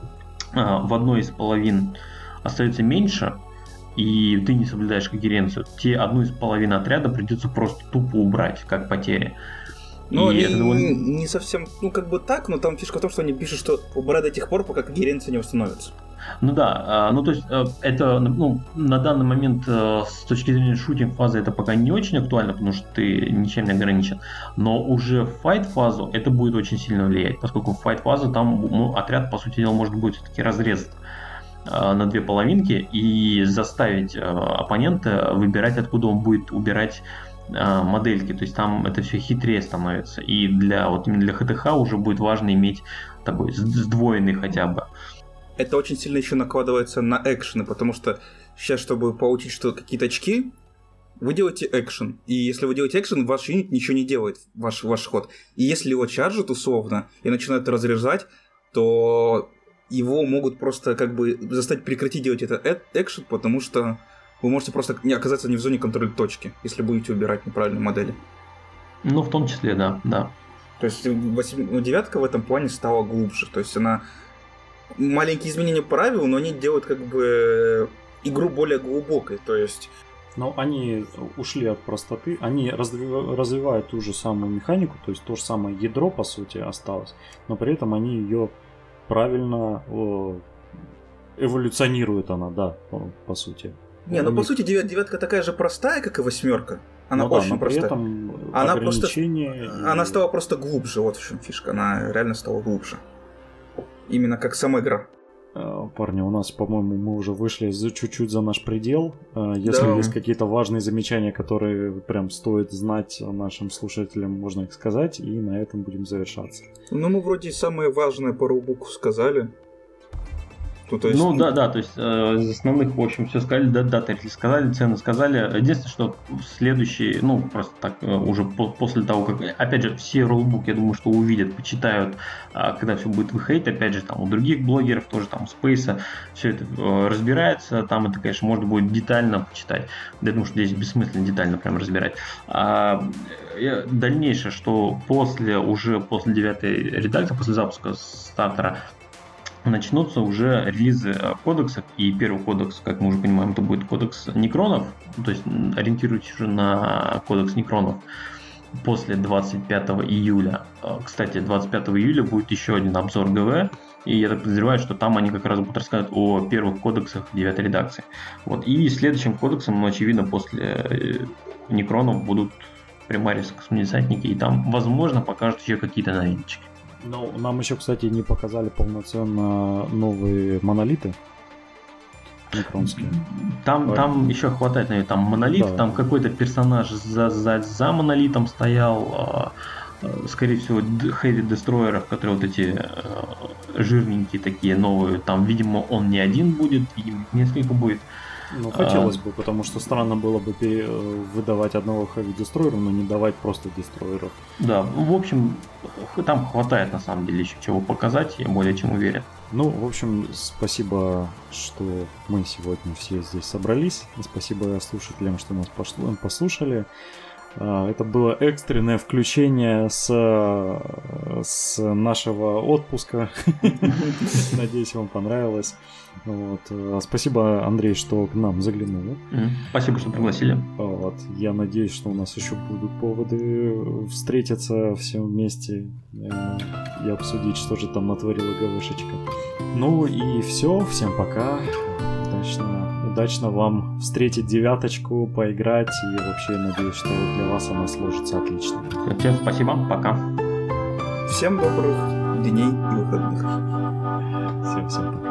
в одной из половин остается меньше, и ты не соблюдаешь когеренцию, тебе одну из половин отряда придется просто тупо убрать, как потери. Ну, не, довольно... не совсем, ну, как бы так, но там фишка в том, что они пишут, что убирают до тех пор, пока когеренция не установится. Ну да, ну то есть это, ну, на данный момент с точки зрения шутинг-фазы это пока не очень актуально, потому что ты ничем не ограничен, но уже в файт-фазу это будет очень сильно влиять, поскольку в файт-фазу там ну, отряд, по сути дела, может быть все-таки разрезан на две половинки и заставить оппонента выбирать, откуда он будет убирать модельки, то есть там это все хитрее становится, и для вот именно для ХТХ уже будет важно иметь такой сдвоенный хотя бы. Это очень сильно еще накладывается на экшены, потому что сейчас, чтобы получить что какие-то очки, вы делаете экшен, и если вы делаете экшен, ваш юнит ничего не делает, ваш, ваш ход, и если его чаржат условно и начинают разряжать, то его могут просто как бы заставить прекратить делать этот экшен, потому что вы можете просто не оказаться не в зоне контроля точки, если будете убирать неправильные модели. Ну, в том числе, да, да. То есть восемь... девятка в этом плане стала глубже. То есть она... Маленькие изменения правил, но они делают как бы игру более глубокой. То есть... Но они ушли от простоты, они разви... развивают ту же самую механику, то есть то же самое ядро, по сути, осталось, но при этом они ее правильно эволюционируют, она, да, по, по сути. Не, ну по сути девятка такая же простая, как и восьмерка. Она ну очень да, простая. Этом она просто, и... она стала просто глубже, вот в чем фишка. Она реально стала глубже. Именно как сама игра. Парни, у нас, по-моему, мы уже вышли за чуть-чуть за наш предел. Если да. есть какие-то важные замечания, которые прям стоит знать нашим слушателям, можно их сказать, и на этом будем завершаться. Ну, мы вроде самое важное по рулбуку сказали. Ну, то есть, ну, ну да, да, то есть э, из основных, в общем, все сказали, да, даты сказали, цены сказали. Единственное, что следующий, ну, просто так, э, уже по- после того, как, опять же, все роллбуки, я думаю, что увидят, почитают, э, когда все будет выходить, опять же, там, у других блогеров, тоже там, у Спейса, все это э, разбирается, там это, конечно, можно будет детально почитать. Я думаю, что здесь бессмысленно детально прям разбирать. А, э, дальнейшее, что после, уже после девятой редакции, после запуска стартера, начнутся уже релизы кодексов, и первый кодекс, как мы уже понимаем, это будет кодекс некронов, то есть ориентируйтесь уже на кодекс некронов после двадцать пятого июля. Кстати, двадцать пятого июля будет еще один обзор ГВ, и я так подозреваю, что там они как раз будут рассказывать о первых кодексах девятой редакции. Вот. И следующим кодексом, ну, очевидно, после некронов будут примарис, космодесантники, и там, возможно, покажут еще какие-то новиночки. Ну, нам еще, кстати, не показали полноценно новые монолиты некронские. Там, там еще хватает, наверное, там монолит, да. Там какой-то персонаж за, за, за монолитом стоял, скорее всего, Heavy Destroyer, которые вот эти жирненькие такие новые, там, видимо, он не один будет, видимо, несколько будет. Ну, хотелось а, бы, потому что странно было бы пере... выдавать одного Heavy Destroyer, но не давать просто дестройеров. Да, в общем, там хватает на самом деле еще чего показать, я более чем уверен. Ну, в общем, спасибо, что мы сегодня все здесь собрались. Спасибо слушателям, что нас послушали. Это было экстренное включение с, с нашего отпуска. Надеюсь, вам понравилось. Вот. Спасибо, Андрей, что к нам заглянул. Спасибо, что пригласили. Вот. Я надеюсь, что у нас еще будут поводы встретиться все вместе и обсудить, что же там натворила ГВшечка. Ну и все. Всем пока. Удачно. Удачно вам встретить девяточку, поиграть, и вообще надеюсь, что для вас она сложится отлично. Всем спасибо, пока. Всем добрых дней и выходных. Всем-всем пока.